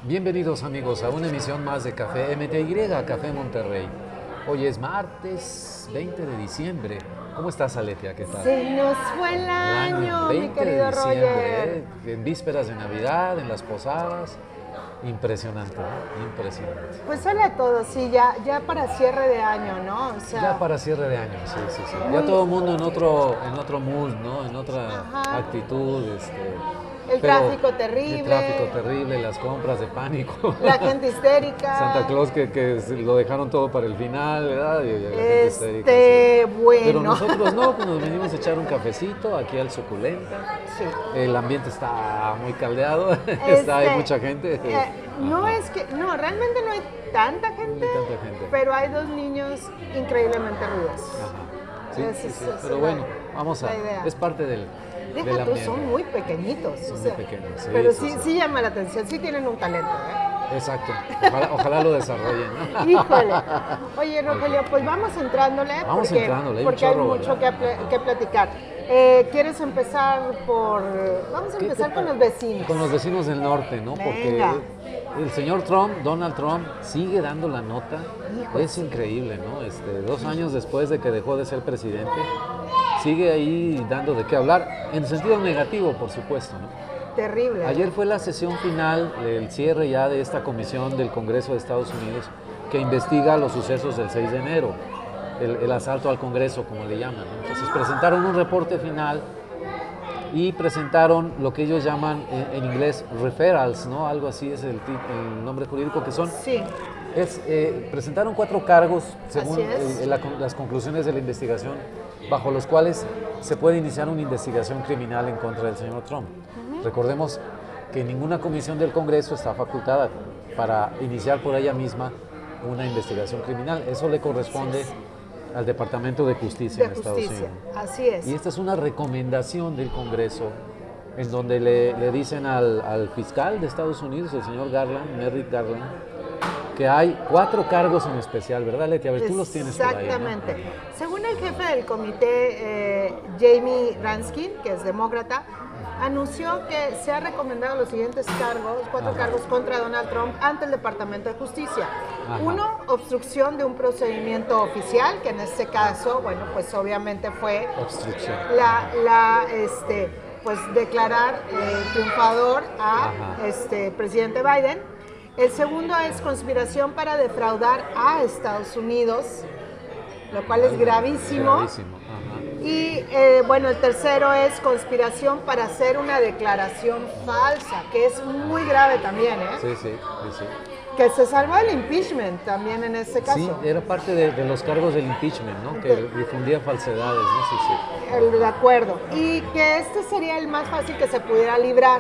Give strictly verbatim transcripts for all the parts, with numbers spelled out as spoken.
Bienvenidos amigos a una emisión más de Café M T Y, Café Monterrey. Hoy es martes veinte de diciembre. ¿Cómo estás, Aletia? ¿Qué tal? Se nos fue el año, mi querido de diciembre, Roger. ¿eh? En vísperas de Navidad, en las posadas. Impresionante, ¿no? Impresionante. Pues hola a todos, sí, ya, ya para cierre de año, ¿no? O sea, Ya para cierre de año, sí, sí, sí. Muy- Ya todo el mundo en otro, en otro mood, ¿no? En otra Ajá. actitud. Este, El pero tráfico terrible. El tráfico terrible, las compras de pánico. la gente histérica. Santa Claus que, que se- lo dejaron todo para el final, ¿verdad? Y- y la gente histérica, Este, sí. bueno. Pero nosotros no, pues nos venimos a echar un cafecito aquí al Suculenta. Sí. El ambiente está muy caldeado, está, hay Este, mucha gente. eh, no Ajá. es que, no, realmente no hay tanta gente, No hay tanta gente. pero hay dos niños increíblemente ruidosos. Ajá. Sí, Esa sí, es- sí. esa Pero es bueno, la- vamos a. la idea. Es parte del. del Deja tú, ambiente. son muy pequeñitos. Son o muy sea, pequeños, sí, pero sí, sí, sí. sí llama la atención, sí tienen un talento, ¿eh? Exacto. Ojalá, ojalá lo desarrollen. ¿no? Híjole. Oye, Rogelio, pues vamos entrándole. Vamos porque, entrándole, hay un porque hay chorro, mucho que, ¿verdad? pl- que platicar. Eh, ¿Quieres empezar por...? Vamos a ¿Qué empezar te con pa- los vecinos. Con los vecinos del norte, ¿no? Porque Venga. el señor Trump, Donald Trump, sigue dando la nota. Hijo, Es sí. increíble, ¿no? Este, dos años después de que dejó de ser presidente, sigue ahí dando de qué hablar, en sentido negativo, por supuesto, ¿no? Terrible. Ayer fue la sesión final, el cierre ya de esta comisión del Congreso de Estados Unidos que investiga los sucesos del seis de enero, el, el asalto al Congreso, como le llaman, ¿no? Entonces presentaron un reporte final y presentaron lo que ellos llaman en, en inglés referrals, ¿no? Algo así es el, ti- el nombre jurídico, que son Sí, es, eh, presentaron cuatro cargos, según Así es. eh, la con- las conclusiones de la investigación, bajo los cuales se puede iniciar una investigación criminal en contra del señor Trump. Recordemos que ninguna comisión del Congreso está facultada para iniciar por ella misma una investigación criminal. Eso le corresponde al Departamento de Justicia de en Estados justicia. Unidos. Así es. Y esta es una recomendación del Congreso en donde le, le dicen al, al fiscal de Estados Unidos, el señor Garland, Merrick Garland, que hay cuatro cargos en especial, ¿verdad, Leti? A ver, tú los tienes por ahí, ¿no? Exactamente. Según el jefe del comité, eh, Jamie Raskin, que es demócrata, anunció que se ha recomendado los siguientes cargos, cuatro Ajá. cargos contra Donald Trump ante el Departamento de Justicia. Ajá. Uno, obstrucción de un procedimiento oficial, que en este caso, bueno, pues obviamente fue Obstrucción. la, la este, pues declarar eh, triunfador a Ajá. este presidente Biden. El segundo es conspiración para defraudar a Estados Unidos, lo cual es gravísimo. Gravísimo, ajá. Y eh, bueno, el tercero es conspiración para hacer una declaración falsa, que es muy grave también, ¿eh? Sí, sí, sí, sí. Que se salvó el impeachment también en este caso. Sí, era parte de, de los cargos del impeachment, ¿no? Que difundía falsedades, ¿no? Sí, sí. El de acuerdo. Y que este sería el más fácil que se pudiera librar.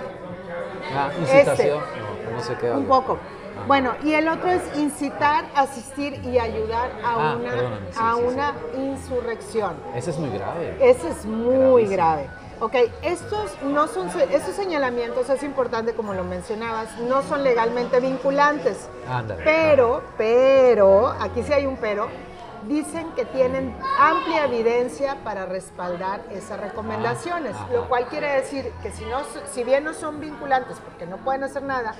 Ah, incitación. Este. No, no sé qué Un habla. poco. Ajá. Bueno, y el otro es incitar, asistir y ayudar a Ah, una, perdóname, sí, a sí, sí. una insurrección. Ese es muy grave. Ese es muy Gravísimo. grave. Ok, estos no son, estos señalamientos, es importante como lo mencionabas, no son legalmente vinculantes. Ándale. Pero, pero, aquí sí hay un pero, dicen que tienen amplia evidencia para respaldar esas recomendaciones, Ah, ajá. lo cual quiere decir que si, no, si bien no son vinculantes porque no pueden hacer nada,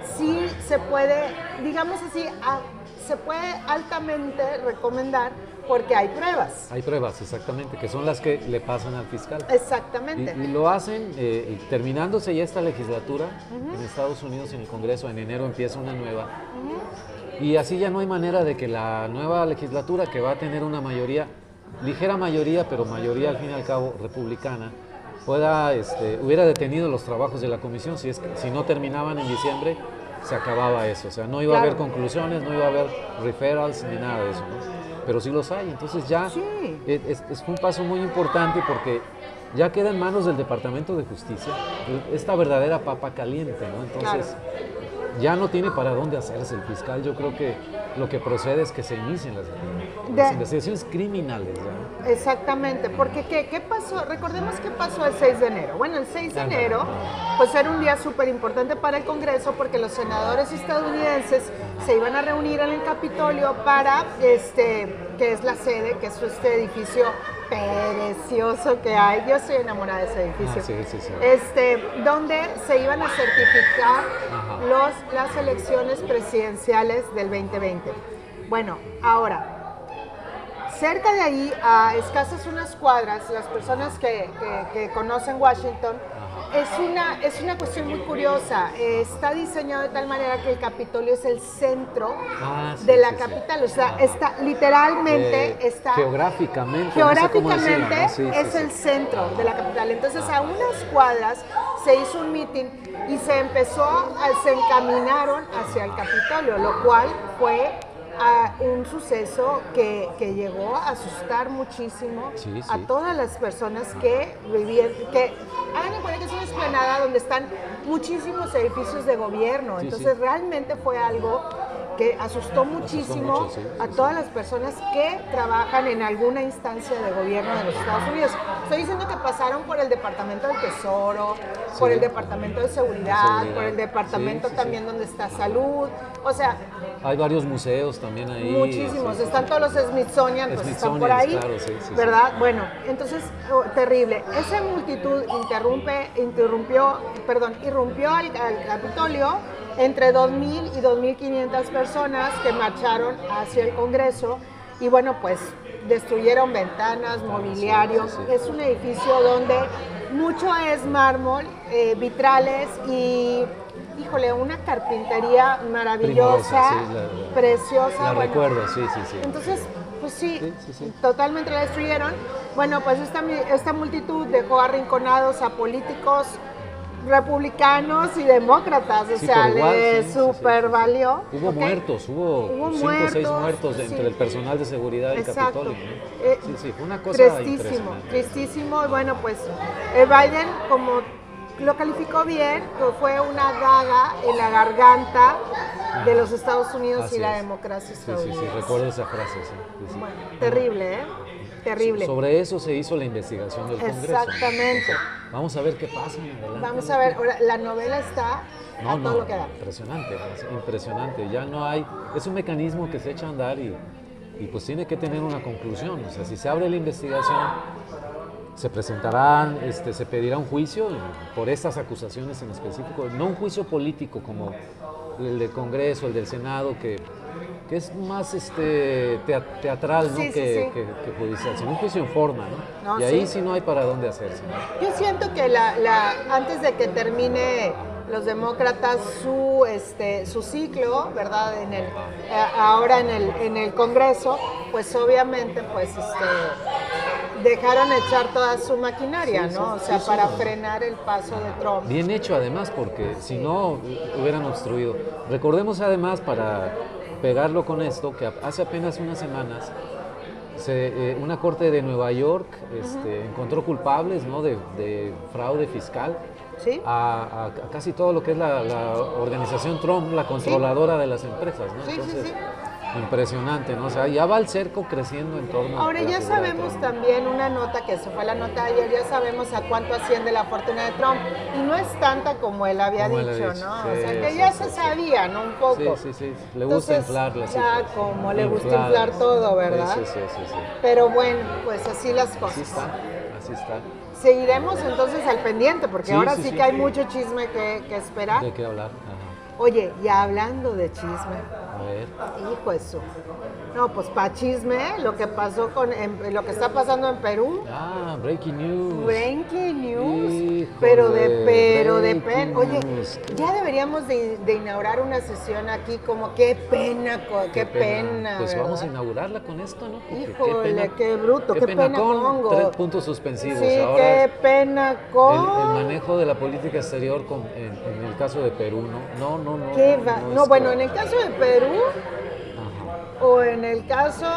sí se puede, digamos así, a- se puede altamente recomendar porque hay pruebas. Hay pruebas, exactamente, que son las que le pasan al fiscal. Exactamente. Y, y lo hacen eh, y terminándose ya esta legislatura en Estados Unidos, en el Congreso, en enero empieza una nueva. Y así ya no hay manera de que la nueva legislatura, que va a tener una mayoría, ligera mayoría, pero mayoría al fin y al cabo republicana, pueda, este, hubiera detenido los trabajos de la comisión. Si, es que, si no terminaban en diciembre, se acababa eso. O sea, no iba a Claro. haber conclusiones, no iba a haber referrals ni nada de eso, ¿no? Pero sí los hay. Entonces ya Sí. es, es- es un paso muy importante porque ya queda en manos del Departamento de Justicia esta verdadera papa caliente, ¿no? Entonces ya no tiene para dónde hacerse el fiscal. Yo creo que lo que procede es que se inicien las, las De- investigaciones criminales. ¿ya? Exactamente, porque ¿qué, qué pasó? Recordemos qué pasó el seis de enero. Bueno, el seis de Ándale. enero, pues era un día súper importante para el Congreso porque los senadores estadounidenses se iban a reunir en el Capitolio para este, que es la sede, que es este edificio precioso que hay. Yo estoy enamorada de ese edificio. Ah, sí, sí, sí. Este, donde se iban a certificar los, las elecciones presidenciales del veinte veinte. Bueno, ahora, cerca de ahí, a escasas unas cuadras, las personas que, que, que conocen Washington, es una, es una cuestión muy curiosa. Eh, está diseñado de tal manera que el Capitolio es el centro ah, sí, de la sí, capital. sí. O sea, Ajá. está literalmente, Eh, está... geográficamente, Geográficamente no sé cómo decirlo, ¿no? Sí, es sí, el sí. centro Ajá. de la capital. Entonces, a unas cuadras se hizo un meeting y se empezó, a, se encaminaron hacia el Capitolio, lo cual fue a un suceso que, que llegó a asustar muchísimo Sí, sí. a todas las personas que vivían, que hagan de cuenta que es una explanada donde están muchísimos edificios de gobierno, Sí, entonces sí. realmente fue algo que asustó muchísimo mucho, sí, a sí, todas sí. las personas que trabajan en alguna instancia de gobierno de los Estados Unidos. Estoy diciendo que pasaron por el Departamento del Tesoro, Sí. por el Departamento de Seguridad, Seguridad. por el Departamento Sí, sí, también sí. donde está Salud, o sea, Hay varios museos también ahí. muchísimos. Sí, sí, Están sí. todos los Smithsonian, pues están por Smithsonian, ahí, claro, sí, sí, ¿verdad? Bueno, entonces, oh, terrible. Esa multitud interrumpe, interrumpió, perdón, irrumpió al, al Capitolio entre dos mil y dos mil quinientas personas que marcharon hacia el Congreso y bueno, pues destruyeron ventanas, mobiliario. sí, sí, sí. Es un edificio donde mucho es mármol, eh, vitrales y, híjole, una carpintería maravillosa, Primorosa, sí, la- la- preciosa. La bueno. recuerdo, sí, sí, sí. Entonces, pues sí, Sí, sí, sí. totalmente la destruyeron. Bueno, pues esta, esta multitud dejó arrinconados a políticos republicanos y demócratas, o Sí, sea, por igual, le sí, sí, super sí, sí. valió. Hubo ¿ok? muertos, hubo, Hubo cinco o seis muertos, muertos de- entre sí. el personal de seguridad del Exacto. Capitolio, ¿no? Eh, Sí, sí, fue una cosa Tristísimo, impresionante. tristísimo. Y bueno, pues eh, Biden, como lo calificó bien, pues fue una daga en la garganta de los Estados Unidos Así y la es. democracia Sí, sí, estadounidense. sí, recuerdo esa frase, sí. sí, sí. Bueno, terrible, ¿eh? Terrible. Sobre eso se hizo la investigación del Congreso. ¿no? Exactamente. Vamos a ver qué pasa en adelante. Vamos a ver, ahora, la novela está No, a no, todo lo que da. impresionante, es impresionante. Ya no hay, es un mecanismo que se echa a andar y, y pues tiene que tener una conclusión. O sea, si se abre la investigación, se presentarán, este, se pedirá un juicio por estas acusaciones en específico, no un juicio político como el del Congreso, el del Senado, que, que es más este, tea- teatral, ¿no? Sí, sí, que, sí. que- que judicial, sino un juicio en forma, ¿no? No, y ahí sí. sí no hay para dónde hacerse, ¿no? Yo siento que la, la- antes de que termine los demócratas su, este, su ciclo, ¿verdad? En el, eh, ahora en el, en el Congreso, pues obviamente pues este, dejaron echar toda su maquinaria, Sí, ¿no? O sí, sea, sí, para sí. frenar el paso de Trump. Bien hecho además, porque si no hubieran obstruido. Recordemos además, para pegarlo con esto, que hace apenas unas semanas se, eh, una corte de Nueva York este, encontró culpables, ¿no? de, de fraude fiscal ¿Sí? a, a- a casi todo lo que es la, la organización Trump, la controladora de las empresas. ¿no? Sí, sí, Entonces, sí. impresionante, ¿no? O sea, ya va el cerco creciendo en torno Ahora a la ya figura de sabemos Trump. también una nota que se fue la nota de ayer, ya sabemos a cuánto asciende la fortuna de Trump y no es tanta como él había Como él dicho, había dicho, ¿no? sí, o sea que sí, ya sí, se sí. sabía, ¿no? Un poco. Sí, sí, sí. Le gusta Entonces, inflar las ya cifras. como le gusta Infladas. inflar todo, ¿verdad? Sí, sí, sí, sí, sí. Pero bueno, pues así las Así cosas. está, así está. Seguiremos entonces al pendiente porque Sí, ahora sí, sí, sí. que hay mucho chisme que, que esperar. ¿De qué hablar? Ajá. Oye, ya hablando de chisme, A ver. hijo eso. No, pues para chisme, lo que pasó con, en- lo que está pasando en Perú. Ah, breaking news. Breaking news, Híjole, pero de pero de breaking pena. Oye, news. ya deberíamos de, de inaugurar una sesión aquí, como qué pena, co- qué, pena. Pues ¿verdad? vamos a inaugurarla con esto, ¿no? Porque Híjole, qué bruto, qué pena pena con Congo. tres puntos suspensivos. Sí, Ahora qué es pena el, con. el manejo de la política exterior con- en, en el caso de Perú, ¿no? No, no, no. ¿Qué no, va? no No, es bueno, que- en el caso de Perú Ajá. o en el caso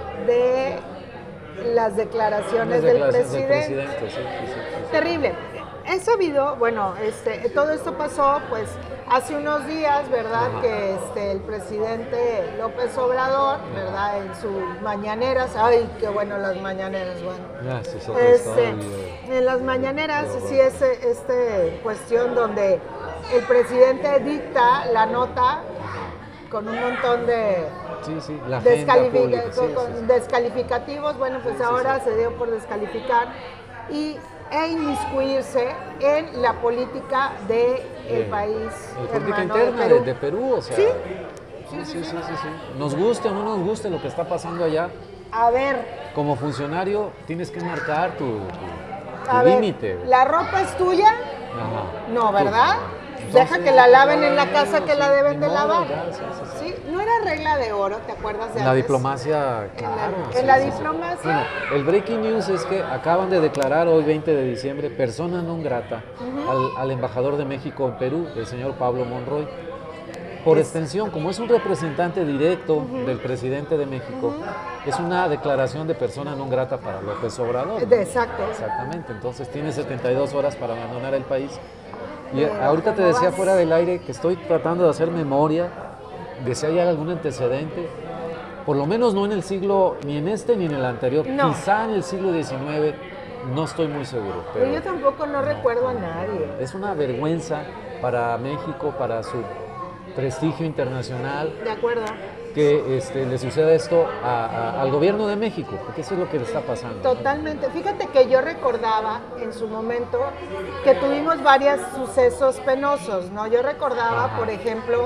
de las declaraciones Las del declaraciones presidente. sí, sí, sí, sí, sí. Terrible. He sabido, bueno, este, todo esto pasó pues hace unos días, ¿verdad? Ajá. Que este, el presidente López Obrador, ¿verdad? En sus mañaneras, ay, qué bueno las mañaneras, bueno. Ah, eso es otra Este, historia. en las mañaneras Qué horror. sí es este cuestión donde el presidente dicta la nota con un montón de, Sí, sí, la agenda descalific- pública, sí, con- sí, con sí. descalificativos, bueno, pues Sí, sí, ahora sí. se dio por descalificar y, e inmiscuirse en la política del Eh, país la política hermano interna de de, Perú. de Perú, o sea. Sí. Sí, sí, sí, sí, sí. Nos guste o no nos guste lo que está pasando allá, A ver, como funcionario tienes que marcar tu, tu- tu a ver, límite. ¿la ropa es tuya? Ajá. No, ¿verdad? Entonces, Deja que la laven en la casa no, que la sí, deben ni de modo, lavar. ya, sí, sí, sí. Sí, no era regla de oro, ¿te acuerdas de En la antes? diplomacia, claro. en sí, la sí, sí. diplomacia. Bueno, el breaking news es que acaban de declarar hoy, veinte de diciembre, persona non grata al, al embajador de México en Perú, el señor Pablo Monroy. Por Es- extensión, como es un representante directo del presidente de México, es una declaración de persona non grata para López Obrador. De- exacto. Exactamente, entonces tiene setenta y dos horas para abandonar el país. Y Pero ahorita te ¿cómo decía vas? fuera del aire que estoy tratando de hacer memoria de si hay algún antecedente, por lo menos no en el siglo, ni en este ni en el anterior, No. quizá en el siglo diecinueve, no estoy muy seguro. Pero Pero yo tampoco no recuerdo a nadie. es una vergüenza para México, para su prestigio internacional, ¿De acuerdo? que este, le suceda esto a- a- al gobierno de México, porque eso es lo que le está pasando. Totalmente. Fíjate que yo recordaba en su momento que tuvimos varios sucesos penosos, ¿no? Yo recordaba, Ajá. por ejemplo,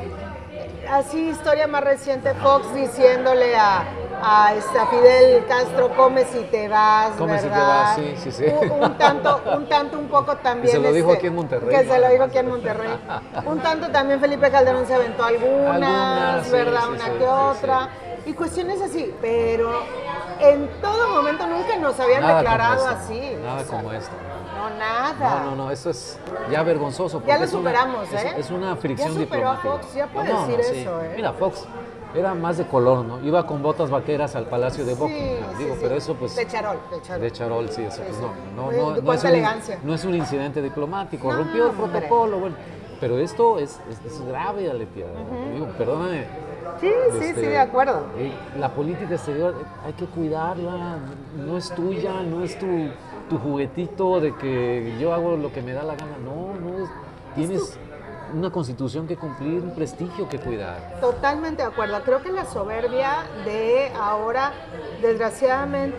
así historia más reciente, Fox diciéndole a, a, este, a Fidel Castro, come si te vas, Come si te ¿verdad? vas, sí, sí, sí. Un, un tanto, un tanto un poco también. se lo dijo este, aquí en Monterrey, Que ¿no? se lo dijo aquí en Monterrey. Un tanto también Felipe Calderón se aventó algunas, Algunas, sí, ¿verdad? sí, Una sí, que sí, otra. Y cuestiones así, pero en todo momento nunca nos habían Nada declarado como esto, así. Nada o sea, como esto. No, nada. No, no, no, eso es ya vergonzoso. porque Ya lo es una- superamos, es- ¿eh? Es, una fricción Ya superó a diplomática. Fox, ya puede No, no, decir sí. eso, ¿eh? Mira, Fox era más de color, ¿no? Iba con botas vaqueras al Palacio de Sí, Buckingham. sí, Digo, sí. pero eso pues... De charol, de charol. De charol, sí, eso Sí, pues sí. no. No, Oye, no, no, cuánta es un, elegancia. no es un incidente diplomático, No, rompió el hombre. protocolo, bueno. Pero esto es, es, es grave, Aletia. Digo, perdóname. Sí, sí, este, sí, de acuerdo. eh, la política exterior eh, hay que cuidarla, no es tuya, no es tu, tu juguetito de que yo hago lo que me da la gana. No, no, es- tienes una constitución que cumplir, un prestigio que cuidar. Totalmente de acuerdo. Creo que la soberbia de ahora, desgraciadamente,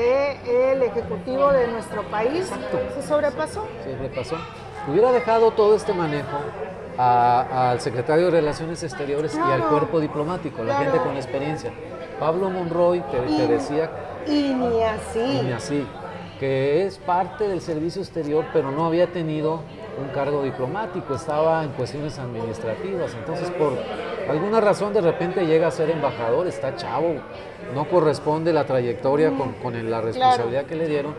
del Ejecutivo de nuestro país se sobrepasó. Se repasó. Hubiera dejado todo este manejo a- al secretario de Relaciones Exteriores y al Claro. cuerpo diplomático, la Claro. gente con experiencia. Pablo Monroy te, te Y- decía, Y ni así. y así, que es parte del servicio exterior, pero no había tenido un cargo diplomático, estaba en cuestiones administrativas. Entonces, por alguna razón, de repente llega a ser embajador, está chavo, no corresponde la trayectoria con, con el- la responsabilidad que le dieron.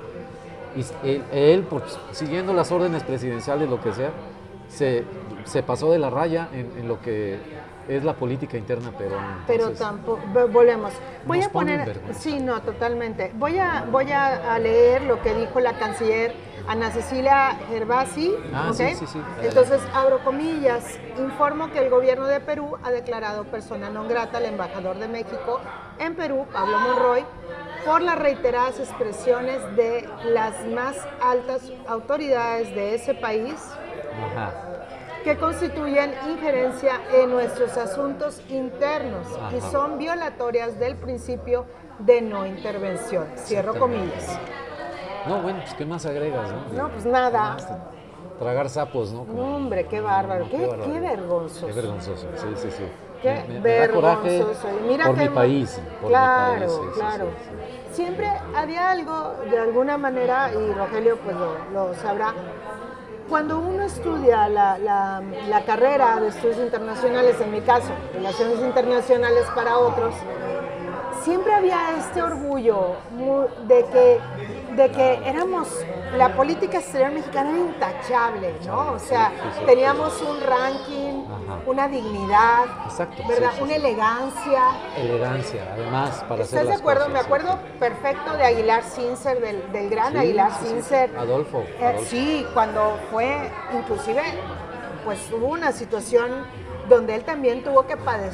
Y él, él, pues, siguiendo las órdenes presidenciales, lo que sea, se, se pasó de la raya en, en lo que es la política interna peruana. Pero Entonces, tampoco, vo- volvemos. Voy nos a pone en poner, vergüenza. sí, no, totalmente. Voy a, voy a, a leer lo que dijo la canciller Ana Cecilia Gervasi. Ah, ¿ok? sí, sí, sí. Entonces, abro comillas, informo que el gobierno de Perú ha declarado persona non grata al embajador de México en Perú, Pablo Monroy, por las reiteradas expresiones de las más altas autoridades de ese país Ajá. que constituyen injerencia en nuestros asuntos internos y Ajá. son violatorias del principio de no intervención. Cierro comillas. No, bueno, pues ¿qué más agregas, no? No, pues nada. Tragar sapos, ¿no? Como- No, hombre, qué bárbaro, qué, barbaridad. qué vergonzoso. Qué vergonzoso, sí, sí, sí. Qué Me- me- me da coraje vergonzoso. Y mira por que mi hemos- país, por claro, mi país. sí, sí, claro. sí, sí. Siempre había algo, de alguna manera, y Rogelio pues lo, lo sabrá, cuando uno estudia la, la- la carrera de estudios internacionales, en mi caso, relaciones internacionales para otros, siempre había este orgullo mu- de que, de que éramos, la política exterior mexicana era intachable, ¿no? O sea, Sí, sí, sí. teníamos un ranking, Ajá. una dignidad, Exacto, ¿verdad? sí, sí, una sí. elegancia. Elegancia, además, para hacer ¿Estás de las acuerdo? cosas, Me sí, acuerdo sí. perfecto de Aguilar Sincer, del, del gran Sí, Aguilar sí, sí. Sincer. Adolfo, Eh, Adolfo. sí, cuando fue, inclusive, pues hubo una situación donde él también tuvo que padecer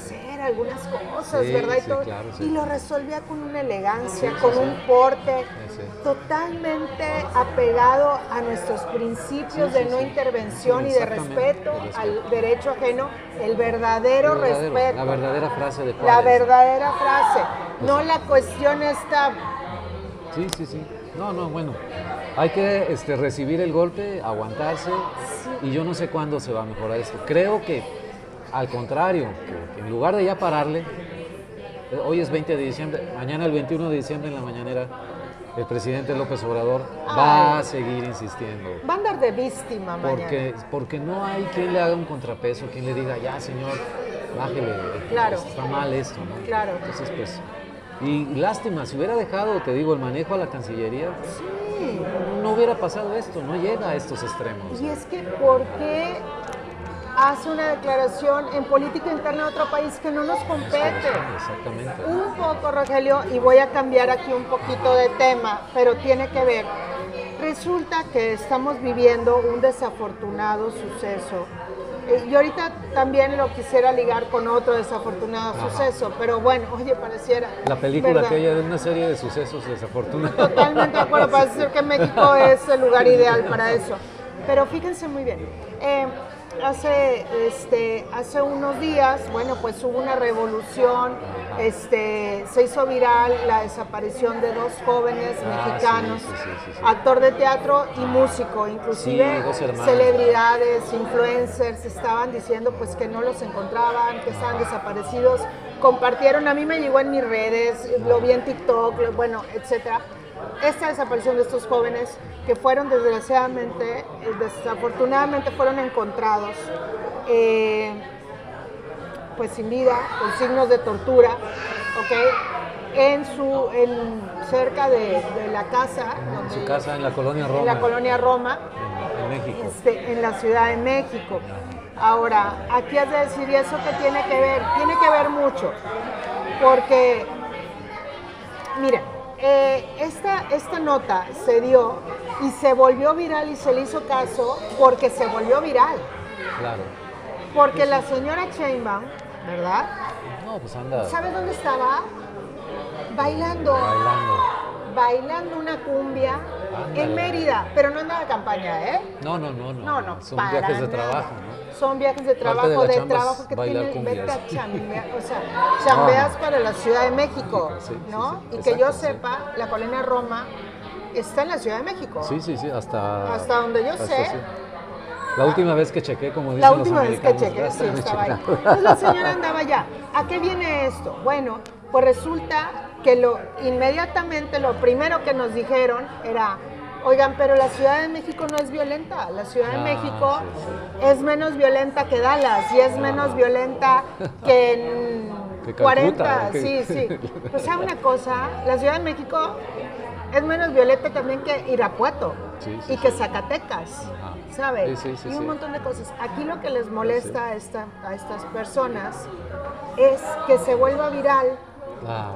para algunas cosas, Sí, ¿verdad? Y, sí, todo, claro, sí. y lo resolvía con una elegancia, Sí, sí, con sí. un porte Sí, sí. totalmente apegado a nuestros principios Sí, de sí, no sí. intervención Sí, y de exactamente, respeto de respeto. al derecho ajeno, el verdadero, El verdadero, respeto. la verdadera frase de La Juárez. verdadera frase, Pues no sí. la cuestión esta. Sí, sí, sí. No, no, bueno. Hay que este, recibir el golpe, aguantarse, y yo no sé cuándo se va a mejorar esto. Creo que, al contrario, que en lugar de ya pararle, eh, hoy es veinte de diciembre, mañana el veintiuno de diciembre en la mañanera, el presidente López Obrador va Ay. a seguir insistiendo. Va a andar de víctima mañana. Porque, porque no hay quien le haga un contrapeso, quien le diga, ya señor, bájele, Claro. está mal esto, ¿no? Claro. Entonces, pues, y lástima, si hubiera dejado, te digo, el manejo a la Cancillería, Sí. no hubiera pasado esto, no llega a estos extremos. Y es que, ¿por qué hace una declaración en política interna de otro país que no nos compete? Exactamente. Un poco, Rogelio, y voy a cambiar aquí un poquito de tema, pero tiene que ver. Resulta que estamos viviendo un desafortunado suceso. Eh, Y ahorita también lo quisiera ligar con otro desafortunado Ajá. suceso, pero bueno, oye, pareciera. La película ¿verdad? aquella de una serie de sucesos desafortunados. Totalmente de acuerdo, parece ser que México es el lugar ideal para eso. Pero fíjense muy bien, eh, hace, este, hace unos días, bueno, pues hubo una revolución, este, se hizo viral la desaparición de dos jóvenes Ah, mexicanos, sí, sí, sí, sí, sí. actor de teatro y músico, inclusive Sí, dos hermanos. celebridades, influencers, estaban diciendo pues que no los encontraban, que estaban desaparecidos, compartieron, a mí me llegó en mis redes, lo vi en TikTok, lo- bueno, etcétera. Esta desaparición de estos jóvenes que fueron desgraciadamente, eh, desafortunadamente fueron encontrados eh, pues sin vida, con signos de tortura, ¿ok? En su, en, cerca de, de la casa, En donde- su casa en la colonia Roma. en la colonia Roma, en, en México. este, en la Ciudad de México. Ahora, aquí has de decir, ¿y eso qué tiene que ver? Tiene que ver mucho, porque, miren, eh, esta, esta nota se dio y se volvió viral y se le hizo caso porque se volvió viral. Claro. Porque la señora Sheinbaum, ¿verdad? No, pues anda ¿Sabes dónde estaba? Bailando. bailando. Bailando una cumbia Ándale. en Mérida, pero no andaba de campaña, ¿eh? No, no, no, no. No, no, Son para viajes de nada. trabajo, ¿no? Son viajes de Parte trabajo, de de, la chamba es trabajo que bailar tienes, vete cumbias. a chambear, o sea, chambeas No. para la Ciudad de México, Sí, sí, ¿no? sí, y que exacto, yo sí. sepa, la colonia Roma está en la Ciudad de México. Sí, sí, sí, hasta... Hasta donde yo sé. sí. La última vez que chequé, como dicen La los última vez que americanos, chequé, ya sí, está estaba ahí. chequeado. Entonces la señora andaba allá. ¿A qué viene esto? Bueno, pues resulta que lo, inmediatamente lo primero que nos dijeron era, oigan, pero la Ciudad de México no es violenta. La Ciudad de Ah, México sí, es menos violenta que Dallas y es menos violenta que en Que Calcuta, cuarenta. ¿o qué? Sí, sí. O sea, una cosa, la Ciudad de México es menos violenta también que Irapuato Sí, sí, y que Zacatecas. Ajá. ¿Sabes? Sí, sí, sí, y un sí. montón de cosas. Aquí lo que les molesta a, esta, a estas personas es que se vuelva viral Ah,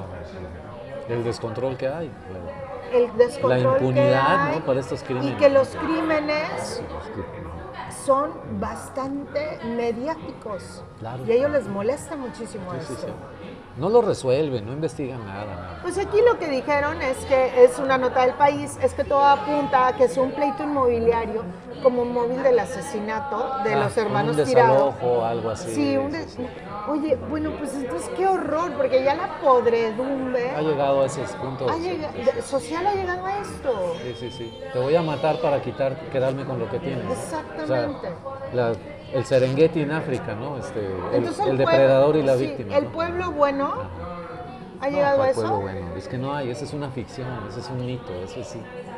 sí. El descontrol que hay. Bueno. el descontrol La impunidad, que hay ¿no? Para estos crímenes. y que los crímenes Sí, es que- son bastante mediáticos. Claro. Y a ellos les molesta muchísimo sí, sí, esto. sí. No lo resuelven, no investigan nada. nada. Pues aquí lo que dijeron es que es una nota del país, es que todo apunta a que es un pleito inmobiliario como un móvil del asesinato de Ah, los hermanos un Tirado. desalojo, algo así. Sí, un des- Oye, bueno, pues entonces qué horror, porque ya la podredumbre Ha llegado a esos puntos. ha sí, llega- sí, de- social ha llegado a esto. Sí, sí, sí. Te voy a matar para quitar, quedarme con lo que tienes. Exactamente. O sea, la- el Serengeti en África, ¿no? Este, el, Entonces el pueblo- depredador y la sí, víctima. El ¿no? pueblo bueno ha No, llegado ¿cuál a eso. pueblo bueno? Es que no hay, esa es una ficción, ese es un mito, eso es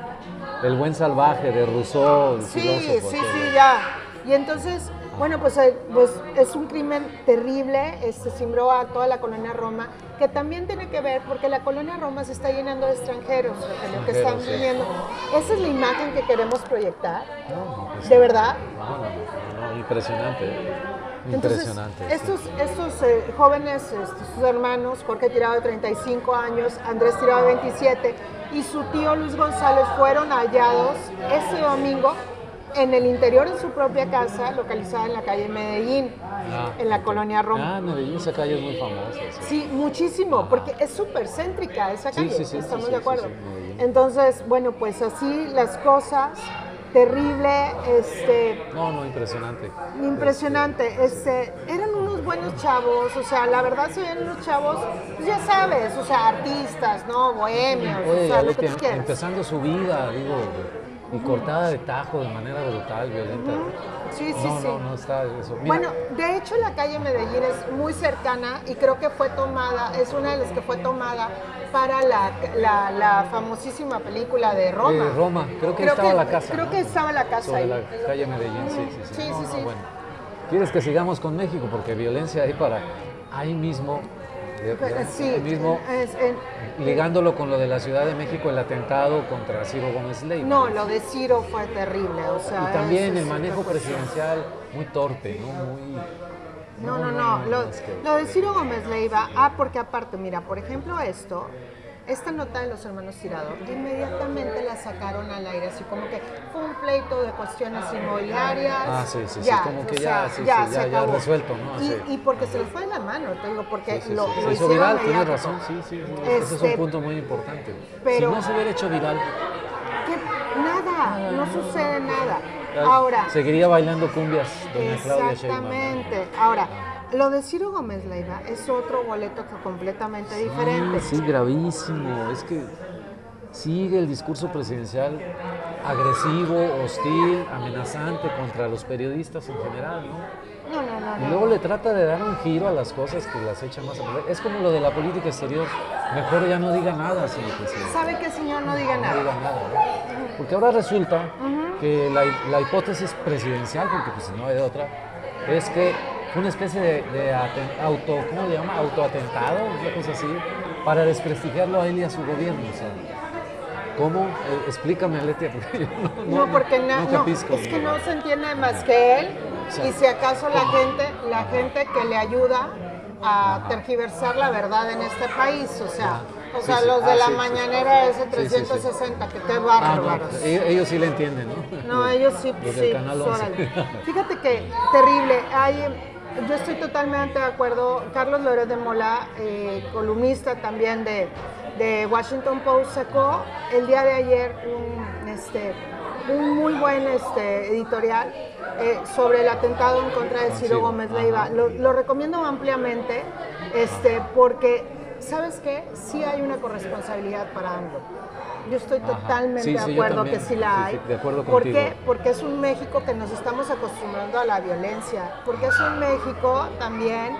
el buen salvaje de Rousseau, el Sí, filósofo. sí, aquel, sí, ¿no? ya. Y entonces, bueno, pues, eh, pues es un crimen terrible, este, cimbró a toda la colonia Roma, que también tiene que ver porque la colonia Roma se está llenando de extranjeros, Rogelio, que están Extranjeros, sí. viniendo. Esa es la imagen que queremos proyectar, No, pues, ¿de verdad? No, no, no, no, impresionante, ¿eh? Entonces, Impresionante. sí. estos, estos eh, jóvenes, estos, sus hermanos, Jorge Tirado de treinta y cinco años, Andrés Tirado de veintisiete y su tío Luis González fueron hallados ese domingo en el interior de su propia casa, localizada en la calle Medellín, ah, en la colonia Roma. Ah, Medellín, esa calle es muy famosa. Sí, sí muchísimo, ajá, porque es súper céntrica esa calle, sí, sí, sí, estamos sí, de acuerdo. Sí, sí, Entonces, bueno, pues así las cosas, terrible, este... No, no, impresionante. Impresionante, este, eran unos buenos chavos, o sea, la verdad se ven unos chavos, pues ya sabes, o sea, artistas, ¿no? Bohemios, Oye, o sea, lo que que tú quieras. Empezando su vida, digo, y cortada de tajo de manera brutal, violenta. Uh-huh. Sí, sí, no, sí. No, no está eso. Mira. Bueno, de hecho la calle Medellín es muy cercana y creo que fue tomada, es una de las que fue tomada para la, la, la famosísima película de Roma. De Roma, creo que creo estaba que, la casa. Creo ¿no? que estaba la casa Sobre ahí. la calle Medellín, sí, sí, sí. Sí, no, sí, no, sí. Bueno. ¿Quieres que sigamos con México? Porque violencia hay para ahí mismo. De, de, sí, ahí mismo es, en, ligándolo con lo de la Ciudad de México, el atentado contra Ciro Gómez Leiva. No, lo de Ciro fue terrible, o sea... Y también el manejo presidencial muy torpe, ¿no? Muy... No, no, no, no. no, no lo, es que... lo de Ciro Gómez Leiva, ah, porque aparte, mira, por ejemplo esto, esta nota de los hermanos Tirado, inmediatamente la sacaron al aire, así como que fue un pleito de cuestiones inmobiliarias. Ah, sí, sí, ya, sí, como que sea, ya, sí, ya, sí, ya, ya resuelto, ¿no? Y, sí. y porque se les fue de la mano, te digo, porque sí, sí, lo, sí. lo se hizo viral, mediático. tienes razón, sí, sí, sí. Este, ese es un punto muy importante. Pero, si no se hubiera hecho viral... ¿qué? Nada, nada, no sucede nada. Ahora... Seguiría bailando cumbias, doña Claudia Sheinbaum. Exactamente. Ahora... Lo de Ciro Gómez Leiva es otro boleto completamente sí, diferente. Sí, gravísimo. Es que sigue el discurso presidencial agresivo, hostil, amenazante contra los periodistas en general, ¿no? No, no, no. Y luego le trata de dar un giro a las cosas que las echa más a perder. Es como lo de la política exterior. Mejor ya no diga nada, señor presidente. ¿Sabe qué, señor? No diga nada. No diga nada, ¿no? Porque ahora resulta uh-huh. que la, la hipótesis presidencial, porque pues no hay de otra, es que una especie de, de aten, auto, ¿cómo le llama? Autoatentado, una cosa así, para desprestigiarlo a él y a su gobierno. O sea, ¿cómo? Eh, explícame, Letia, porque yo no, no, no, porque no, na, no, no es que no se entiende más que él, o sea, y si acaso la gente, la gente que le ayuda a ajá. tergiversar la verdad en este país, o sea, o sea, sí, los sí. de ah, la sí, mañanera sí. ese trescientos sesenta, sí, sí, sí. que qué bárbaros. Ah, no, ellos, ellos sí le entienden, ¿no? No, ellos sí, los sí, del canal once. Fíjate que terrible, hay... Yo estoy totalmente de acuerdo. Carlos Loret de Mola, eh, columnista también de, de Washington Post, sacó el día de ayer un, este, un muy buen este, editorial eh, sobre el atentado en contra de Ciro Gómez Leiva. Lo, lo recomiendo ampliamente este, porque, ¿sabes qué? Sí hay una corresponsabilidad para AMLO. Yo estoy totalmente sí, sí, de acuerdo que sí la hay. Sí, sí, de acuerdo ¿Por contigo. qué? Porque es un México que nos estamos acostumbrando a la violencia. Porque es un México también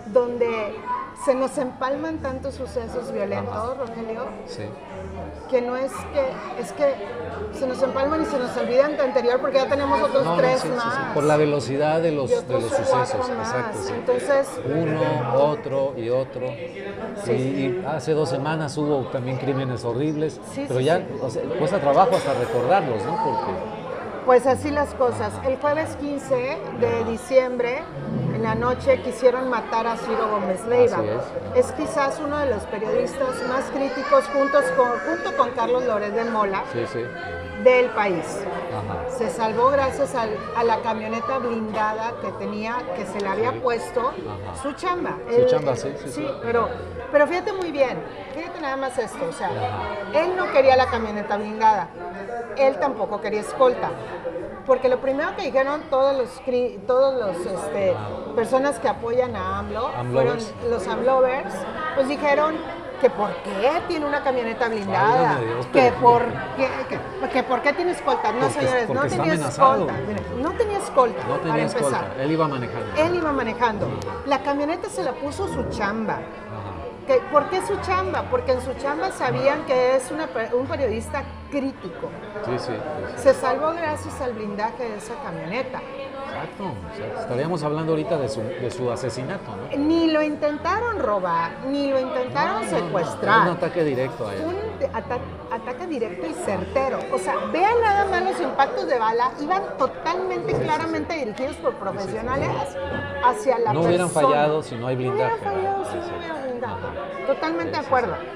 donde se nos empalman tantos sucesos violentos, ajá. Rogelio, sí. que no es que, es que se nos empalman y se nos olvidan de anterior porque ya tenemos otros no, tres sí, más. Sí, sí. Por la velocidad de los, de los sucesos. Exacto, sí. Entonces, uno, otro y otro. Sí, y, y hace dos semanas hubo también crímenes horribles, sí, pero sí, ya sí. O sea, cuesta trabajo hasta recordarlos, ¿no? Porque... Pues así las cosas. El jueves quince de diciembre, en la noche, quisieron matar a Ciro Gómez Leiva. Es. es quizás uno de los periodistas más críticos, juntos con, junto con Carlos Loret de Mola, sí, sí. del país. Ajá. Se salvó gracias al, a la camioneta blindada que tenía, que se le había sí. puesto ajá. su chamba. Su él, chamba, sí, sí, sí, sí. Pero, pero fíjate muy bien, fíjate nada más esto, o sea, ajá. él no quería la camioneta blindada, él tampoco quería escolta. Porque lo primero que dijeron todos los todos los este, personas que apoyan a AMLO, Amlovers. fueron los AMLovers, pues dijeron que por qué tiene una camioneta blindada, Dios, que, por qué, que, que por qué tiene escolta. No, porque, señores, porque no tenía escolta. Mira, no tenía escolta. No tenía para escolta. empezar. Él iba manejando. Él iba manejando. La camioneta se la puso su chamba. Que, ¿Por qué su chamba? Porque en su chamba sabían que es una, un periodista crítico. Sí, sí, sí. Se salvó gracias al blindaje de esa camioneta. Exacto. O sea, estaríamos hablando ahorita de su, de su asesinato, ¿no? Ni lo intentaron robar, ni lo intentaron no, secuestrar. No, no. Un ataque directo a él. Un ata ataque directo y certero. O sea, vean nada más los impactos de bala. Iban totalmente sí, claramente sí, sí. dirigidos por profesionales sí, sí. hacia la no persona. hubieran fallado si no hay blindaje. No hubieran fallado si no hubiera blindaje. Totalmente de acuerdo.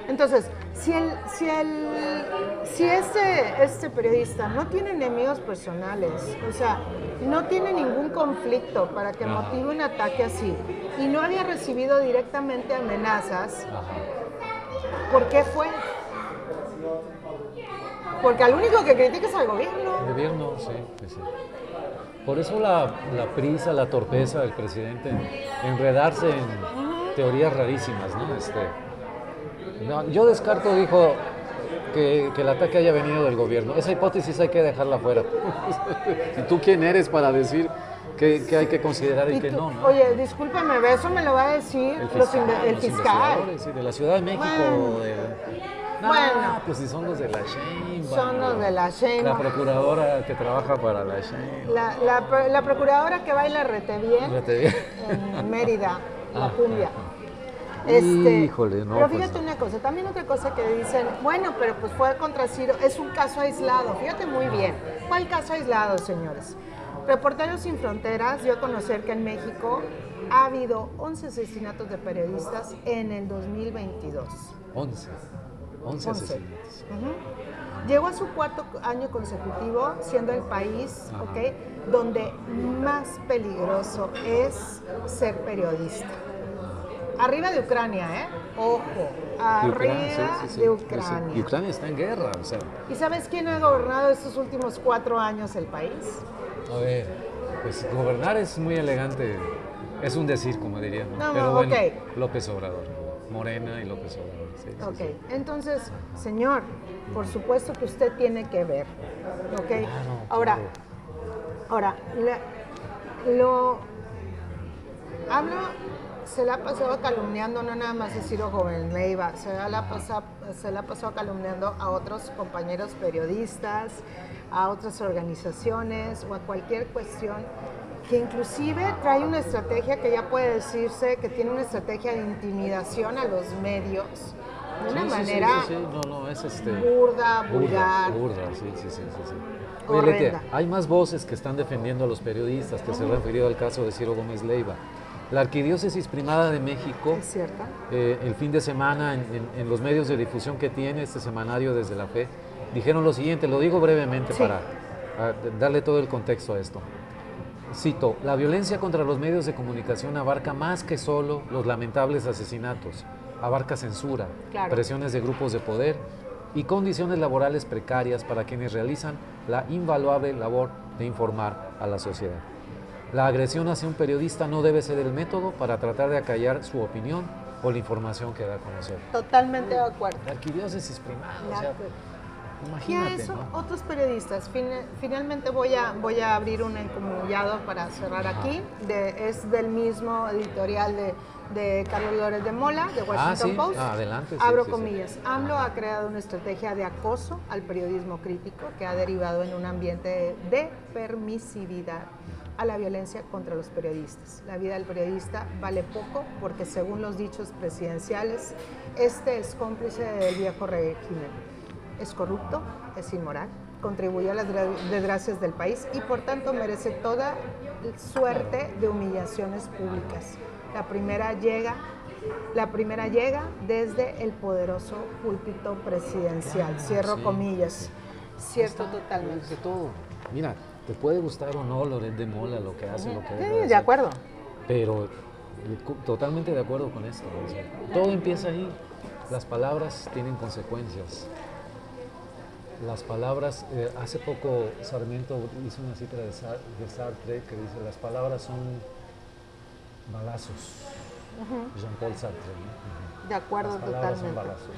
Entonces, si el, si el, si este, este periodista no tiene enemigos personales, o sea, no tiene ningún conflicto para que Ajá. motive un ataque así, y no había recibido directamente amenazas, Ajá. ¿por qué fue? Porque al único que critica es al gobierno. El gobierno, sí, sí, sí. Por eso la, la prisa, la torpeza del presidente en enredarse en teorías rarísimas, ¿no? Este, no, yo descarto, dijo, que, que el ataque haya venido del gobierno. Esa hipótesis hay que dejarla fuera. ¿Y tú quién eres para decir qué, qué hay que considerar y, Y qué tú- no, no? Oye, discúlpame, eso me lo va a decir El los fiscal, inve- el los fiscal. investigadores, sí, de la Ciudad de México. Bueno. de- No, Bueno. pues si son los de la Sheinbaum. Son los de la Sheinbaum. La procuradora que trabaja para la Sheinbaum. La, la, pro- la procuradora que baila rete bien Fíjate bien. en Mérida, la Ah, cumbia. ajá. Este, Híjole, no, pero pues fíjate no. una cosa, también otra cosa que dicen, bueno, pero pues fue contra Ciro, es un caso aislado, fíjate muy bien. ¿Cuál caso aislado, señores? Reporteros Sin Fronteras dio a conocer que en México ha habido once asesinatos de periodistas en el dos mil veintidós. once. once once. asesinatos. Ujú. Llegó a su cuarto año consecutivo siendo el país, Ajá. ¿ok?, donde más peligroso es ser periodista. Arriba de Ucrania, ¿eh? Ojo, Y arriba Ucrania, sí, sí, sí. de Sí, sí. Ucrania. Y Ucrania está en guerra, o sea. ¿Y sabes quién ha gobernado estos últimos cuatro años el país? A ver, pues gobernar es muy elegante. Es un decir, como diríamos. No, Pero no, bueno, ok. López Obrador. Morena y López Obrador. Sí, sí, Ok, sí. entonces, señor, por supuesto que usted tiene que ver, ¿ok? Claro, Ahora, claro. ahora, la- lo hablo, se la ha pasado calumniando no nada más a Ciro Gómez Leiva, se la ha pasado, se la ha pasado calumniando a otros compañeros periodistas, a otras organizaciones o a cualquier cuestión que inclusive trae una estrategia que ya puede decirse que tiene una estrategia de intimidación a los medios de una Sí, sí, sí, manera sí, sí. No, no, es este. burda, vulgar. Burda, sí, sí, sí, sí, sí. Horrenda. Oye, Leti, hay más voces que están defendiendo a los periodistas que se han referido al caso de Ciro Gómez Leiva. La Arquidiócesis Primada de México, ¿Es cierto? eh, el fin de semana, en, en- en los medios de difusión que tiene este semanario Desde la Fe, dijeron lo siguiente, lo digo brevemente Sí. para ah, darle todo el contexto a esto. Cito, la violencia contra los medios de comunicación abarca más que solo los lamentables asesinatos, abarca censura, Claro. presiones de grupos de poder y condiciones laborales precarias para quienes realizan la invaluable labor de informar a la sociedad. La agresión hacia un periodista no debe ser el método para tratar de acallar su opinión o la información que da a conocer. Totalmente de acuerdo. La arquidiócesis primada, o De sea, acuerdo. Y a imagínate, eso, ¿no? otros periodistas. Fin- finalmente voy a, voy a abrir un encomillado para cerrar Ajá. aquí. De- es del mismo editorial de, de Carlos Lórez de Mola, de Washington Ah, sí. Post. Ah, adelante, sí, Abro sí, sí. comillas. AMLO ha creado una estrategia de acoso al periodismo crítico que ha derivado en un ambiente de permisividad a la violencia contra los periodistas. La vida del periodista vale poco porque, según los dichos presidenciales, este es cómplice del viejo régimen. Es corrupto, es inmoral, contribuye a las dra- desgracias del país y por tanto merece toda suerte de humillaciones públicas. La primera llega, la primera llega desde el poderoso púlpito presidencial. Claro, Cierro sí, comillas. sí. Cierto Ahí está, totalmente. de todo. Mira, te puede gustar o no Loret de Mola, lo que hace, lo que deja Sí, de de hacer, acuerdo. pero eh, cu- totalmente de acuerdo con esto. O sea, todo empieza ahí. Las palabras tienen consecuencias. Las palabras, eh, hace poco Sarmiento hizo una cita de, Sar- de Sartre que dice, las palabras son balazos. Jean-Paul Sartre, ¿no? De acuerdo Las palabras son totalmente. balazos.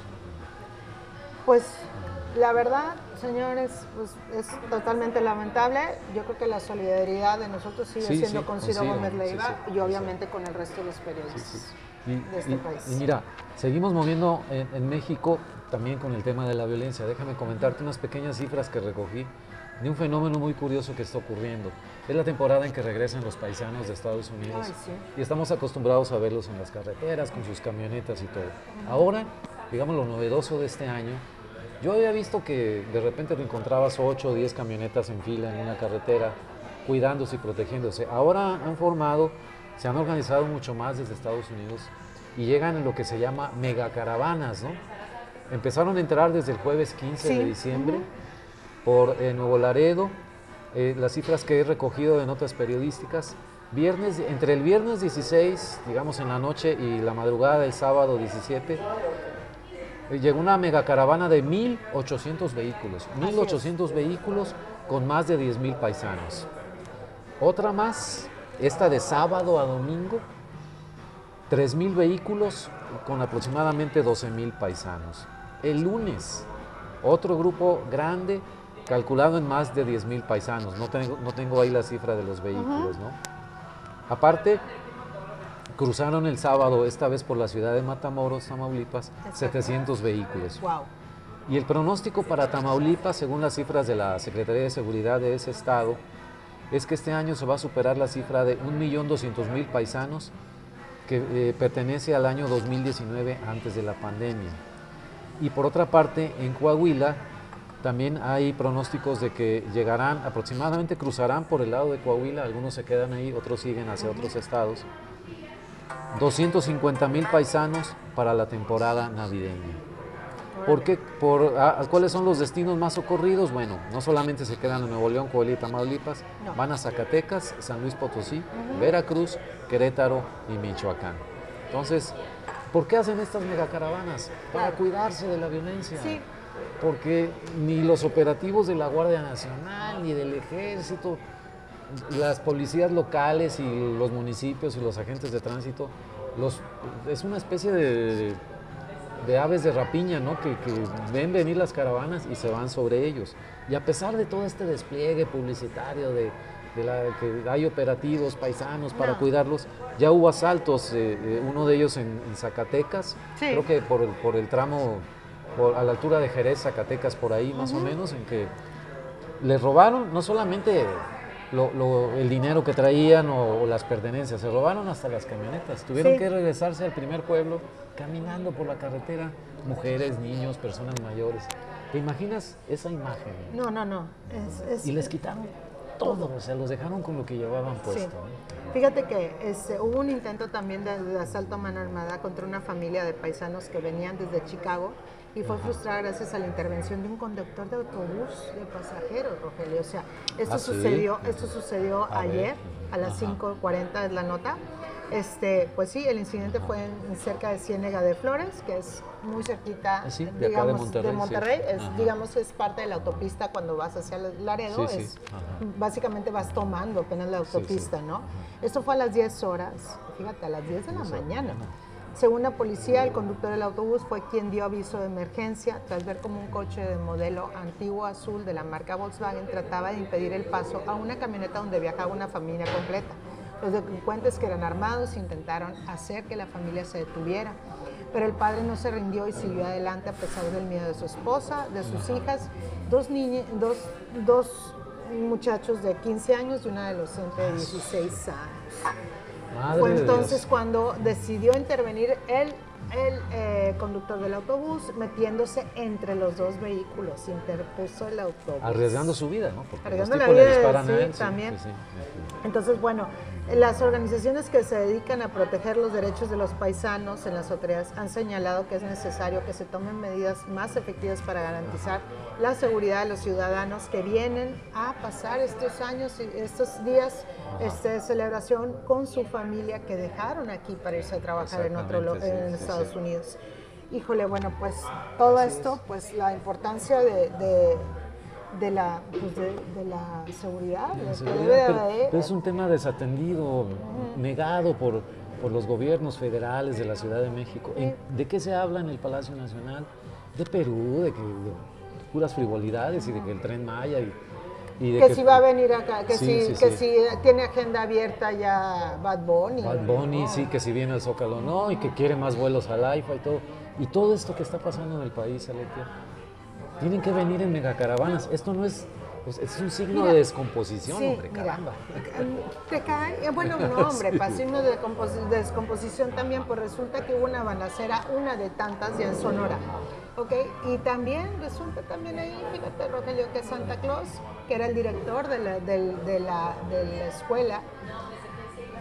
Pues la verdad, señores, pues, es totalmente lamentable. Yo creo que la solidaridad de nosotros sigue Sí, siendo sí, con con Ciro Ciro, Gómez sí, Leiva sí, y sí, obviamente con el resto de los Sí, periodistas sí. Y, de este y- país. y mira, seguimos moviendo en, en México también con el tema de la violencia. Déjame comentarte unas pequeñas cifras que recogí de un fenómeno muy curioso que está ocurriendo. Es la temporada en que regresan los paisanos de Estados Unidos Ay, sí. y estamos acostumbrados a verlos en las carreteras con sus camionetas y todo. Ahora, digamos lo novedoso de este año, yo había visto que de repente te encontrabas ocho o diez camionetas en fila en una carretera, cuidándose y protegiéndose. Ahora han formado, se han organizado mucho más desde Estados Unidos y llegan en lo que se llama megacaravanas, ¿no? empezaron a entrar desde el jueves quince Sí. de diciembre Uh-huh. por eh, Nuevo Laredo, eh, las cifras que he recogido de notas periodísticas. Viernes, entre el viernes dieciséis, digamos en la noche, y la madrugada del sábado diecisiete, eh, llegó una megacaravana de mil ochocientos vehículos, mil ochocientos vehículos con más de diez mil paisanos. Otra más, esta de sábado a domingo, tres mil vehículos con aproximadamente doce mil paisanos. El lunes, otro grupo grande, calculado en más de diez mil paisanos. No tengo, no tengo ahí la cifra de los vehículos, ¿no? Aparte, cruzaron el sábado, esta vez por la ciudad de Matamoros, Tamaulipas, setecientos vehículos. Wow. Y el pronóstico para Tamaulipas, según las cifras de la Secretaría de Seguridad de ese estado, es que este año se va a superar la cifra de un millón doscientos mil paisanos, que eh, pertenece al año dos mil diecinueve, antes de la pandemia. Y por otra parte, en Coahuila también hay pronósticos de que llegarán, aproximadamente cruzarán por el lado de Coahuila, algunos se quedan ahí, otros siguen hacia otros estados, doscientos cincuenta mil paisanos para la temporada navideña. ¿Por qué? Por, a, ¿Cuáles son los destinos más socorridos? Bueno, no solamente se quedan en Nuevo León, Coahuila y Tamaulipas, No. van a Zacatecas, San Luis Potosí, uh-huh. Veracruz, Querétaro y Michoacán. Entonces, ¿por qué hacen estas megacaravanas? Para Claro. cuidarse de la violencia. Sí. Porque ni los operativos de la Guardia Nacional, ni del Ejército, las policías locales y los municipios y los agentes de tránsito, los, es una especie de, de aves de rapiña, ¿no? Que, que ven venir las caravanas y se van sobre ellos. Y a pesar de todo este despliegue publicitario, de, de la, que hay operativos paisanos para No. cuidarlos, ya hubo asaltos, eh, eh, uno de ellos en, en Zacatecas, Sí. creo que por el, por el tramo, por, a la altura de Jerez, Zacatecas, por ahí más Uh-huh. o menos, en que les robaron no solamente lo, lo, el dinero que traían o, o las pertenencias, se robaron hasta las camionetas. Tuvieron Sí. que regresarse al primer pueblo caminando por la carretera, mujeres, niños, personas mayores. ¿Te imaginas esa imagen? No, no, no. Es, es, Y les quitaron todo, o sea, los dejaron con lo que llevaban puesto. Sí. ¿no? Fíjate que este, hubo un intento también de, de asalto a mano armada contra una familia de paisanos que venían desde Chicago y fue frustrada gracias a la intervención de un conductor de autobús de pasajeros, Rogelio. O sea, esto ¿Ah, sí? sucedió, esto sucedió A ver. ayer a las Ajá. cinco cuarenta es la nota. Este, pues sí, el incidente fue en, cerca de Ciénega de Flores, que es muy cerquita, Ah, sí, de acá de digamos, Monterrey, sí. Monterrey. Es, Ajá. digamos, es parte de la autopista cuando vas hacia Laredo. Sí, sí. Es, Ajá. básicamente vas tomando apenas la Sí, sí. autopista, ¿no? Esto fue a las diez horas, fíjate, a las diez de la diez de la mañana. mañana. Según la policía, el conductor del autobús fue quien dio aviso de emergencia tras ver cómo un coche de modelo antiguo azul de la marca Volkswagen trataba de impedir el paso a una camioneta donde viajaba una familia completa. Los delincuentes, que eran armados, intentaron hacer que la familia se detuviera, pero el padre no se rindió y siguió adelante a pesar del miedo de su esposa, de sus hijas, dos, niñas, dos, dos muchachos de quince años y una adolescente de dieciséis años. Madre Fue de entonces Dios. cuando decidió intervenir el, el eh, conductor del autobús, metiéndose entre los dos vehículos, interpuso el autobús. Arriesgando su vida, ¿no? Porque Arriesgando los la tipos le vida, disparan sí, a él. también. Sí, sí. Entonces, bueno, las organizaciones que se dedican a proteger los derechos de los paisanos en las autoridades han señalado que es necesario que se tomen medidas más efectivas para garantizar la seguridad de los ciudadanos que vienen a pasar estos años, y estos días este, de celebración con su familia que dejaron aquí para irse a trabajar en otro lo- Exactamente, sí, en sí, Estados sí. Unidos. Híjole, bueno, pues todo Así esto, es. pues la importancia de, de, de la, pues, de, de la seguridad, de La que seguridad, debe de pero, haber. pero es un tema desatendido, negado por, por los gobiernos federales de la Ciudad de México. Sí. ¿En- ¿De qué se habla en el Palacio Nacional? De Perú, de que de puras frivolidades y de que el Tren Maya y, y de Que si va a venir acá, que, Sí, si, sí, que sí. si tiene agenda abierta ya Bad Bunny. Bad Bunny, ¿no? sí, que si viene al Zócalo no, y que quiere más vuelos al AIFA y todo. Y todo esto que está pasando en el país, Aletia, tienen que venir en megacaravanas. Esto no es, pues, es un signo Mira, de descomposición, Sí, hombre, mira, caramba. te cae, eh, bueno, no, hombre, Sí. para signos de compos- descomposición también, pues resulta que hubo una balacera, una de tantas ya en Sonora, ¿ok? Y también resulta también ahí, fíjate, Rogelio, que Santa Claus, que era el director de la, del- de la, de la escuela,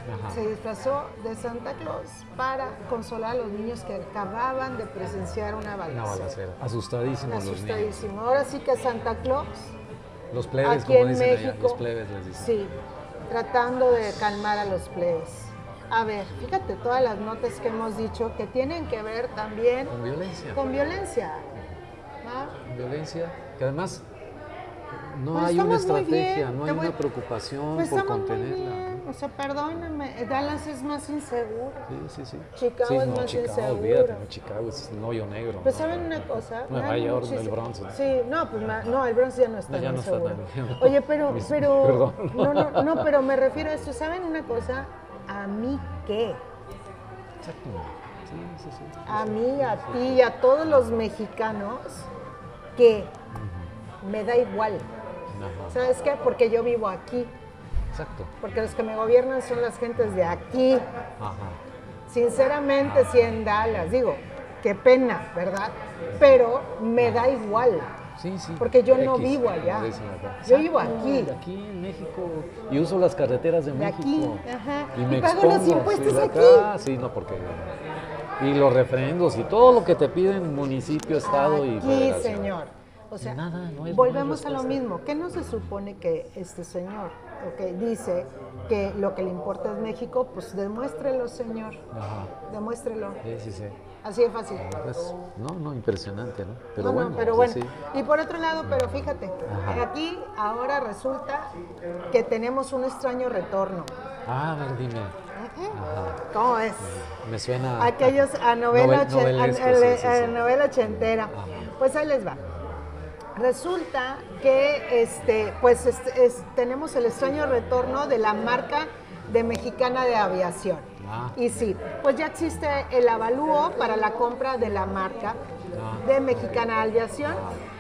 Ajá. se disfrazó de Santa Claus para consolar a los niños que acababan de presenciar una balacera. Una balacera. Asustadísimos los niños. Asustadísimo. Ahora sí que Santa Claus, Los plebes, aquí como en dicen allá, México, los plebes les dicen. sí, tratando de calmar a los plebes. A ver, fíjate todas las notas que hemos dicho que tienen que ver también Con violencia. con violencia. ¿Ah? Violencia, que además no Pues hay una estamos muy estrategia, bien, no te hay voy- una preocupación Pues por estamos muy contenerla. bien. O sea, perdóname, Dallas es más inseguro. Sí, sí, sí. Chicago sí, es no, más Chicago, inseguro. olvídate, no, Chicago es un hoyo negro. Pues ¿no? saben una cosa. Me Nueva da York, muchísimo- el Bronx. Sí, no, pues ma- no, el Bronx ya no está No, ya tan no está seguro. tan- Oye, pero, Mis- pero, perdón. no, no, no, pero me refiero a esto. ¿Saben una cosa? ¿A mí qué? Exacto. Sí, sí, sí. A mí, a ti y a todos los mexicanos, que me da igual. Ajá. ¿Sabes qué? Porque yo vivo aquí. Exacto. Porque los que me gobiernan son las gentes de aquí. Ajá. Sinceramente, sí en Dallas, digo, qué pena, ¿verdad? Pero me da igual. Sí, sí. Porque yo no X, vivo como allá. dicen acá. Yo vivo Exacto, aquí. de aquí en México. Y uso las carreteras de, De México. aquí, ajá. Y Y me pago expongo. los impuestos sí, de aquí. acá, sí, no, porque. Y los refrendos y todo lo que te piden municipio, estado y Aquí, federación. señor. O sea, Nada, no hay- no hay volvemos a lo respuesta. mismo. ¿Qué no se supone que este señor, okay, dice que lo que le importa es México? Pues demuéstrelo, señor. Ajá. Demuéstrelo. Sí, sí, sí. Así de fácil. Pues, no, no, impresionante, ¿no? Pero No, no, bueno, pero pues, bueno. sí. Y por otro lado, pero fíjate, Ajá. aquí ahora resulta que tenemos un extraño retorno. Ah, a ver, dime. Ajá. ¿Cómo es? Me suena. Aquellos a novela, Novel- ochen- a- novelesco, a- sí, sí, a- sí. novela ochentera. Pues ahí les va. Resulta que este, pues este, es- tenemos el extraño retorno de la marca de Mexicana de Aviación. Ah. Y sí, pues ya existe el avalúo para la compra de la marca Ah. de Mexicana de Aviación.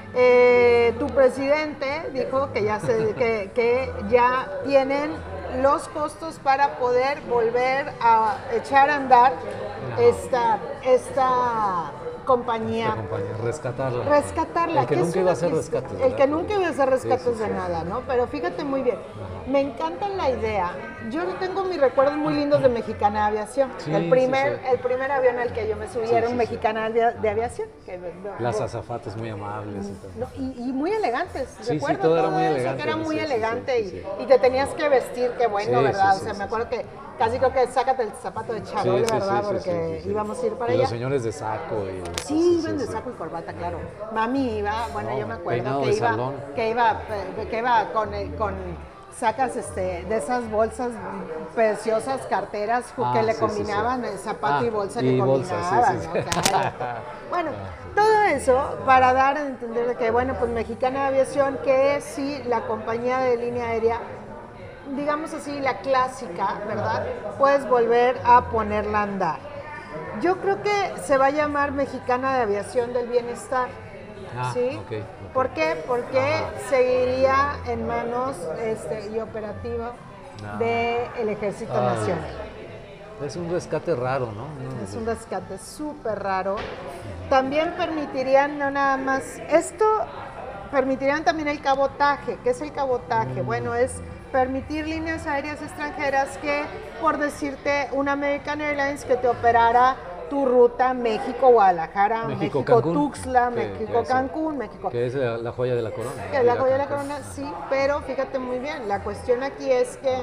Eh, tu presidente dijo que ya, se, que, que ya tienen los costos para poder volver a echar a andar esta, esta compañía. Esta compañía, rescatarla. Rescatarla. El que es nunca iba a una hacer pista- rescates. El ¿verdad? que nunca iba a hacer rescates Sí, sí, de sí. nada, ¿no? Pero fíjate muy bien. Me encanta la idea. Yo tengo mis recuerdos muy lindos de Mexicana de Aviación. Sí, el, primer, sí, sí. el primer avión al que yo me subí Sí, era sí, un sí. Mexicana de avia- de Aviación. que- Las azafatas muy amables y todo. no, y, y muy elegantes, Sí, sí, recuerdo todo era muy eso, elegante, que era muy sí, sí, sí, elegante sí, sí. Y, y te tenías que vestir, qué bueno, Sí, ¿verdad? sí, o sea, sí, me sí, acuerdo que casi creo que sácate el zapato de charol, Sí, sí, ¿verdad? sí, sí, Porque sí, sí. íbamos a ir para Y allá. los señores de saco. Y, Sí, iban de saco y corbata, claro. Mami iba, bueno, No, yo me acuerdo peinado que de iba, salón. que iba, eh, que iba con, eh, con sacas este, de esas bolsas preciosas, carteras Ah, que le sí, sí, combinaban sí. el zapato Ah, y bolsa y que bolsa, sí, combinaban, sí, ¿no? sí. Claro. Bueno, todo eso para dar a entender de que, bueno, pues Mexicana de Aviación, que es sí la compañía de línea aérea, digamos así, la clásica, ¿verdad? Puedes volver a ponerla a andar. Yo creo que se va a llamar Mexicana de Aviación del Bienestar. Ah, ¿Sí? ok, ok. ¿Por qué? Porque seguiría en manos este, y operativo Ah. del Ejército Ay. Nacional. Es un rescate raro, ¿no? No, Es un rescate súper raro. También permitirían, no nada más, esto permitirían también el cabotaje. ¿Qué es el cabotaje? Bueno, es permitir líneas aéreas extranjeras que, por decirte, una American Airlines que te operara tu ruta México-Guadalajara, México-Cancún. México-Tuxtla, Que- que México-Cancún, México... Que es la, la joya de la corona. Que es la Ir a joya de la Cancún. corona, sí, pero fíjate muy bien, la cuestión aquí es que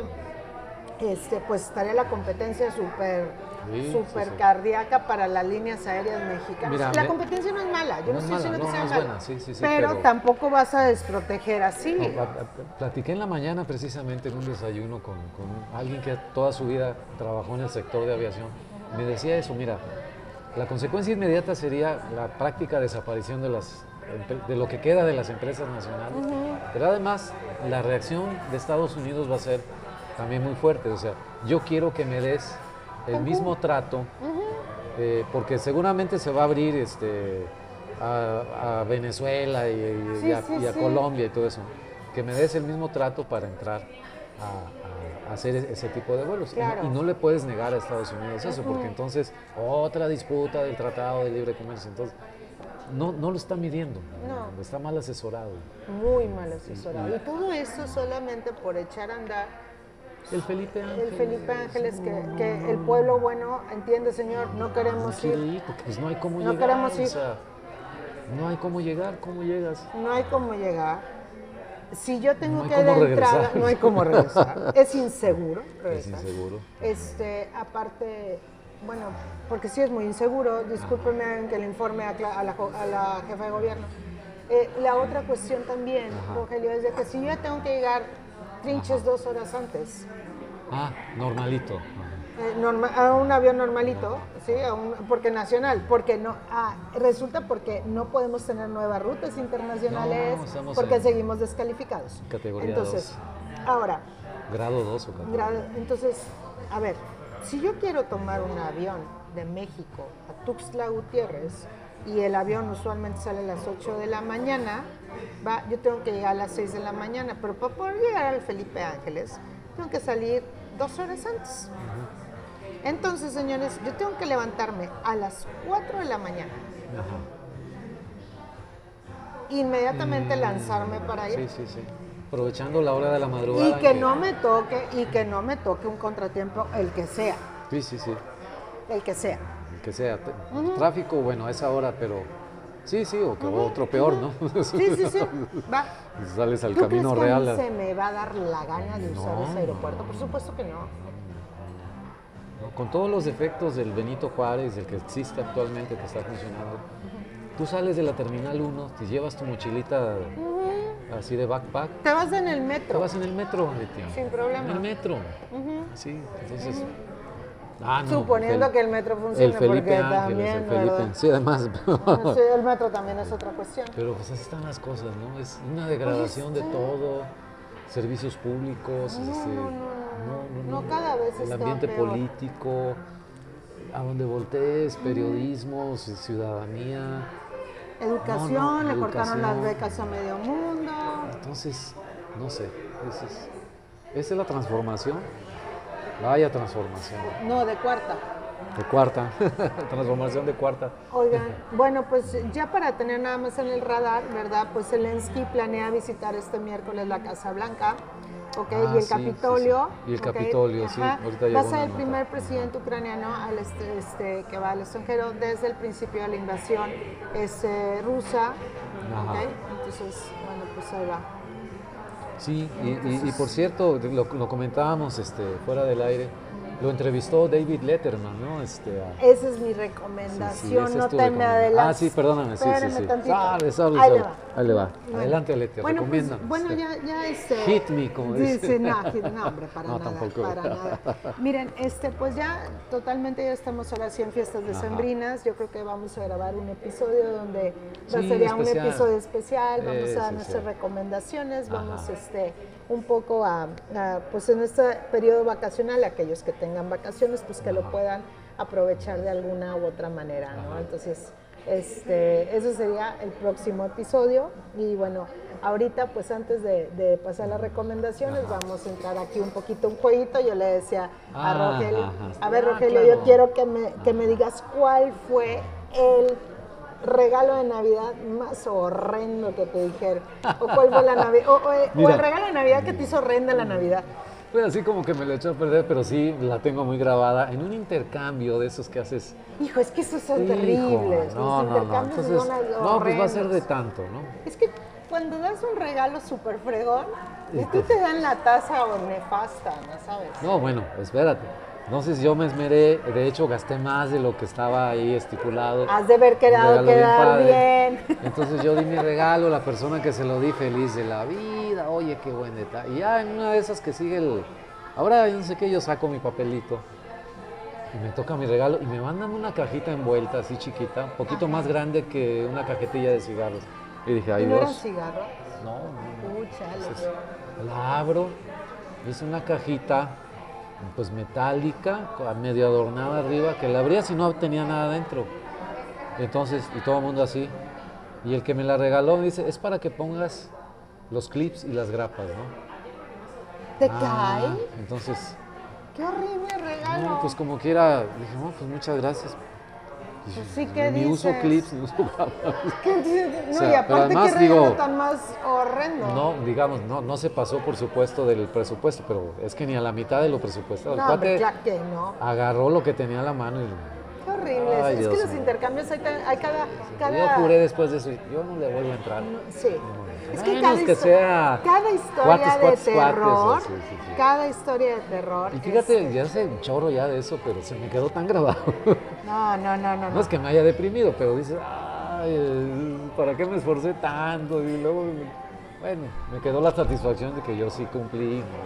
este, pues estaría la competencia súper Sí, súper sí, sí. cardíaca para las líneas aéreas mexicanas. Mira, la me- competencia no es mala, yo no, No es estoy mala, diciendo no, que sea no es mala, buena, sí, sí, sí, pero, pero- tampoco vas a desproteger así. No, a- a- platiqué en la mañana precisamente en un desayuno con, con alguien que toda su vida trabajó en el sector de aviación. Me decía eso, mira, la consecuencia inmediata sería la práctica desaparición de, las, empre- de lo que queda de las empresas nacionales. Pero además, la reacción de Estados Unidos va a ser también muy fuerte. O sea, yo quiero que me des el mismo trato, eh, porque seguramente se va a abrir este, a, a Venezuela y, y- Sí, y a, sí, y a sí. Colombia y todo eso. Que me des el mismo trato para entrar a, a- a hacer ese tipo de vuelos. Y- Claro. Y, no le puedes negar a Estados Unidos eso, porque entonces otra disputa del Tratado de Libre Comercio. Entonces, no, no lo está midiendo, No. está mal asesorado. Muy mal asesorado. Y todo eso solamente por echar a andar El Felipe Ángeles. El Felipe Ángeles, que, que el pueblo bueno entiende, señor, no queremos No quiere ir. ir, porque pues no hay cómo No llegar. queremos ir. O sea, no hay cómo llegar, ¿cómo llegas? No hay cómo llegar. Si yo tengo No hay que cómo de entrada, regresar. no hay cómo regresar. Es inseguro Es regresar. inseguro. Este, aparte, bueno, porque sí es muy inseguro, discúlpenme que le informe a, a, la, a la jefa de gobierno. Eh, la otra cuestión también, Ajá. Rogelio, es de que si yo ya tengo que llegar trinches Ajá. dos horas antes, Ah, normalito. eh, norma, a un avión normalito, ¿sí? A un, porque nacional, porque no, ah, resulta porque no podemos tener nuevas rutas internacionales, No, estamos porque en seguimos descalificados. categoría Entonces, dos. ahora, Grado dos o categoría. Grado- entonces, a ver, si yo quiero tomar un avión de México a Tuxtla Gutiérrez y el avión usualmente sale a las ocho de la mañana, va, yo tengo que llegar a las seis de la mañana, pero para poder llegar al Felipe Ángeles, tengo que salir dos horas antes. Entonces, señores, yo tengo que levantarme a las cuatro de la mañana, Ajá. inmediatamente Mm, lanzarme para ir. Sí, sí, sí. Aprovechando la hora de la madrugada. Y en que no me toque, y que no me toque un contratiempo, el que sea, Sí, sí, sí. el que sea. El que sea. T- Tráfico, bueno, a esa hora, pero sí, sí, o que otro peor, ¿no? Sí, sí, sí, va. Sales al ¿Tú camino crees que a real. mí a- se me va a dar la gana de usar No, ese aeropuerto? Por supuesto que no. ¿no? Con todos los defectos del Benito Juárez, del que existe actualmente, que está funcionando. Tú sales de la Terminal uno, te llevas tu mochilita así de backpack, Te vas en el te metro. vas en el metro, Leti. Sin problema. En el metro. Sí, entonces. Ah, no, Suponiendo el- que el metro El funcione, Felipe porque Ángeles, también, el Felipe. ¿verdad? Sí, además. Sí, el metro también es otra cuestión. Pero pues así están las cosas, ¿no? Es una degradación de está. todo, servicios públicos, No, este, no, no, no. No, cada vez el está ambiente peor. político, a donde voltees, periodismo, ci- ciudadanía. Educación, No, no, le cortaron las educación. becas a medio mundo. Entonces, no sé, esa es, esa es la transformación. Vaya transformación. No, de cuarta. De cuarta, transformación de cuarta. Oigan, bueno, pues ya para tener nada más en el radar, ¿verdad? Pues Zelensky planea visitar este miércoles la Casa Blanca, ¿ok? Ah, y el sí, Capitolio. sí, sí. Y el ¿ok? Capitolio, sí, Ajá. ahorita Va llegó a ser una el nota. primer presidente ucraniano al este, este, que va al extranjero desde el principio de la invasión este, rusa, Ajá. ¿ok? Entonces, bueno, pues ahí va. Sí, y, y- y por cierto, lo, lo comentábamos este, fuera del aire, lo entrevistó David Letterman, ¿no? Este, a- Esa es mi sí, recomendación, esa no es tu te me recomendación. adelantes. Ah, sí, perdóname, sí, sí, Espérame sí. tantito. Sabe, sabe, Ahí le sabe. va. Ahí le va. Bueno. Adelante, Leti, Bueno, pues, recomiéndanos. bueno, Este. ya, ya este... Hit me, como Sí, dice. sí, no, hit- no, hombre, para No, nada, tampoco. para nada. Miren, este, pues ya totalmente ya estamos ahora sí en fiestas decembrinas. Yo creo que vamos a grabar un episodio donde va a Sí, ser ya un especial. episodio especial. Vamos Sí, a dar sí, nuestras sí. recomendaciones. Vamos, Ajá. este, un poco a, a, pues en este periodo vacacional, aquellos que tengan vacaciones, pues que lo puedan aprovechar de alguna u otra manera, ¿no? Entonces, este, ese sería el próximo episodio. Y bueno, ahorita, pues antes de, de pasar las recomendaciones, vamos a entrar aquí un poquito un jueguito. Yo le decía a Ah, Rogelio, ajá. a ver, Ah, Rogelio, claro. yo quiero que me, que me digas cuál fue el regalo de Navidad más horrendo que te dijeron. O cuál fue la Navidad, o, o- o Mira. el regalo de Navidad que te hizo horrenda la Navidad. Pues así como que me lo echó a perder, pero sí la tengo muy grabada en un intercambio de esos que haces. Hijo, es que esos son Hijo, terribles. No, Los no, no. intercambios Entonces, son no, pues va a ser de horrendos. tanto, ¿no? Es que cuando das un regalo súper fregón, y Y tú te- te dan la taza o nefasta, ¿no sabes? No, bueno, espérate. Entonces yo me esmeré, de hecho gasté más de lo que estaba ahí estipulado. Has de haber Un quedado regalo bien quedar padre. bien. Entonces yo di mi regalo, la persona que se lo di feliz de la vida, oye, qué buen detalle. Y ya en una de esas que sigue el... Ahora yo no sé qué, yo saco mi papelito y me toca mi regalo y me mandan una cajita envuelta así chiquita, un poquito más grande que una cajetilla de cigarros. Y dije, ay ¿Y no eran Dios. cigarros? No, no, no. Uy, chale. Entonces, la abro, es una cajita pues metálica, medio adornada arriba, que la abría si no tenía nada dentro. Entonces, y todo el mundo así. Y el que me la regaló me dice, es para que pongas los clips y las grapas, ¿no? ¿Te Ah, cae? entonces, ¡Qué horrible regalo! no, pues como quiera, dije, no, pues muchas gracias. Pues sí, ¿qué Ni dices? uso clips, ni uso cámaras. ¿Qué? No, O sea, y aparte, pero además, ¿qué regalo digo, tan más horrendo? No, digamos, no, no se pasó, por supuesto, del presupuesto, pero es que ni a la mitad de lo presupuestado. El No, hombre, cuate claro que no. agarró lo que tenía a la mano y... Qué horrible. Ay, es Dios que los mío. intercambios hay, ta- hay cada, cada... Yo juré después de eso, yo no le vuelvo a entrar. Sí. Es que Menos cada, que histo- sea cada historia cuates, de cuates, terror, cuates, sí, sí, sí. cada historia de terror. Y fíjate, este, ya hace un chorro ya de eso, pero se me quedó tan grabado. No, no, no, no. No es que me haya deprimido, pero dices, ay, eh, ¿para qué me esforcé tanto? Y luego, bueno, me quedó la satisfacción de que yo sí cumplí, ¿no?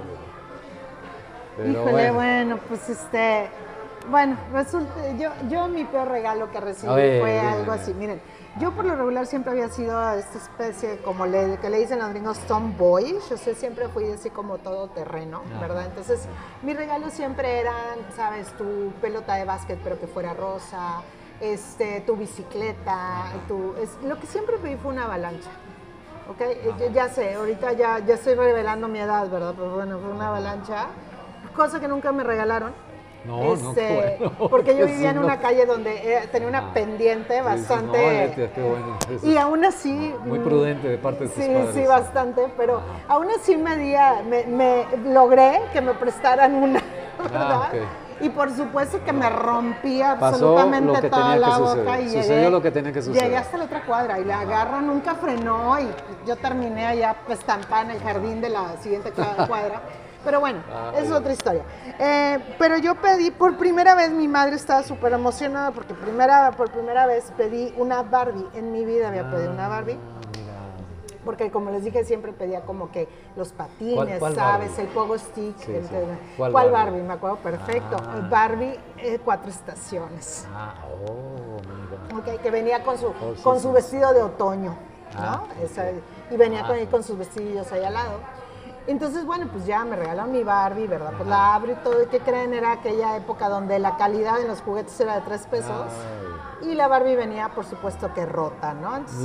Pero Híjole, bueno. bueno, pues este... Bueno, resulta, yo, yo mi peor regalo que recibí A ver, fue bien, algo bien, así. bien. Miren, yo por lo regular siempre había sido esta especie, como le, que le dicen los gringos, tomboyish. O sea, siempre fui así como todo terreno, Ajá. ¿verdad? Entonces, mis regalos siempre eran, sabes, tu pelota de básquet, pero que fuera rosa, este, tu bicicleta, tu, es, lo que siempre pedí fue una avalancha. ¿Ok? Ya, ya sé, ahorita ya, ya estoy revelando mi edad, ¿verdad? Pero bueno, fue una avalancha, cosa que nunca me regalaron. No, no, qué bueno. Porque yo Sí, vivía en no. una calle donde eh, tenía una Ah, pendiente sí, sí, bastante... no, Leti, qué bueno. Eso Y es aún así... muy mm, prudente de parte de tus Sí, padres. sí, bastante, pero aún así me, día, me, me logré que me prestaran una, ¿verdad? Ah, ok. Y por supuesto que me rompía Pasó absolutamente lo que toda tenía que la suceder. boca. Y Sucedió llegué, lo que tenía que suceder. Llegué hasta la otra cuadra y la agarra, nunca frenó y yo terminé allá pues, estampada en el jardín de la siguiente cua- cuadra. Pero bueno, Ah, esa es bien. otra historia. Eh, pero yo pedí, por primera vez mi madre estaba súper emocionada porque primera, por primera vez pedí una Barbie. En mi vida había pedido una Barbie. Ah, mira. Porque como les dije, siempre pedía como que los patines, ¿Cuál- cuál ¿sabes? Barbie? El pogo stick. Sí, el- sí. ¿Cuál, ¿Cuál Barbie? Barbie? Me acuerdo perfecto. Ah. Barbie eh, Cuatro Estaciones. Ah, oh, mira. Ok, que venía con su, Oh, sí, con sí, su sí. vestido de otoño, ¿no? Ah, Esa- ok. y venía Ah. con, con sus vestidillos ahí al lado. Entonces, bueno, pues ya me regalaron mi Barbie, ¿verdad? Pues la abro y todo. ¿Y qué creen? Era aquella época donde la calidad en los juguetes era de tres pesos. Ay. Y la Barbie venía, por supuesto, que rota, ¿no? Entonces,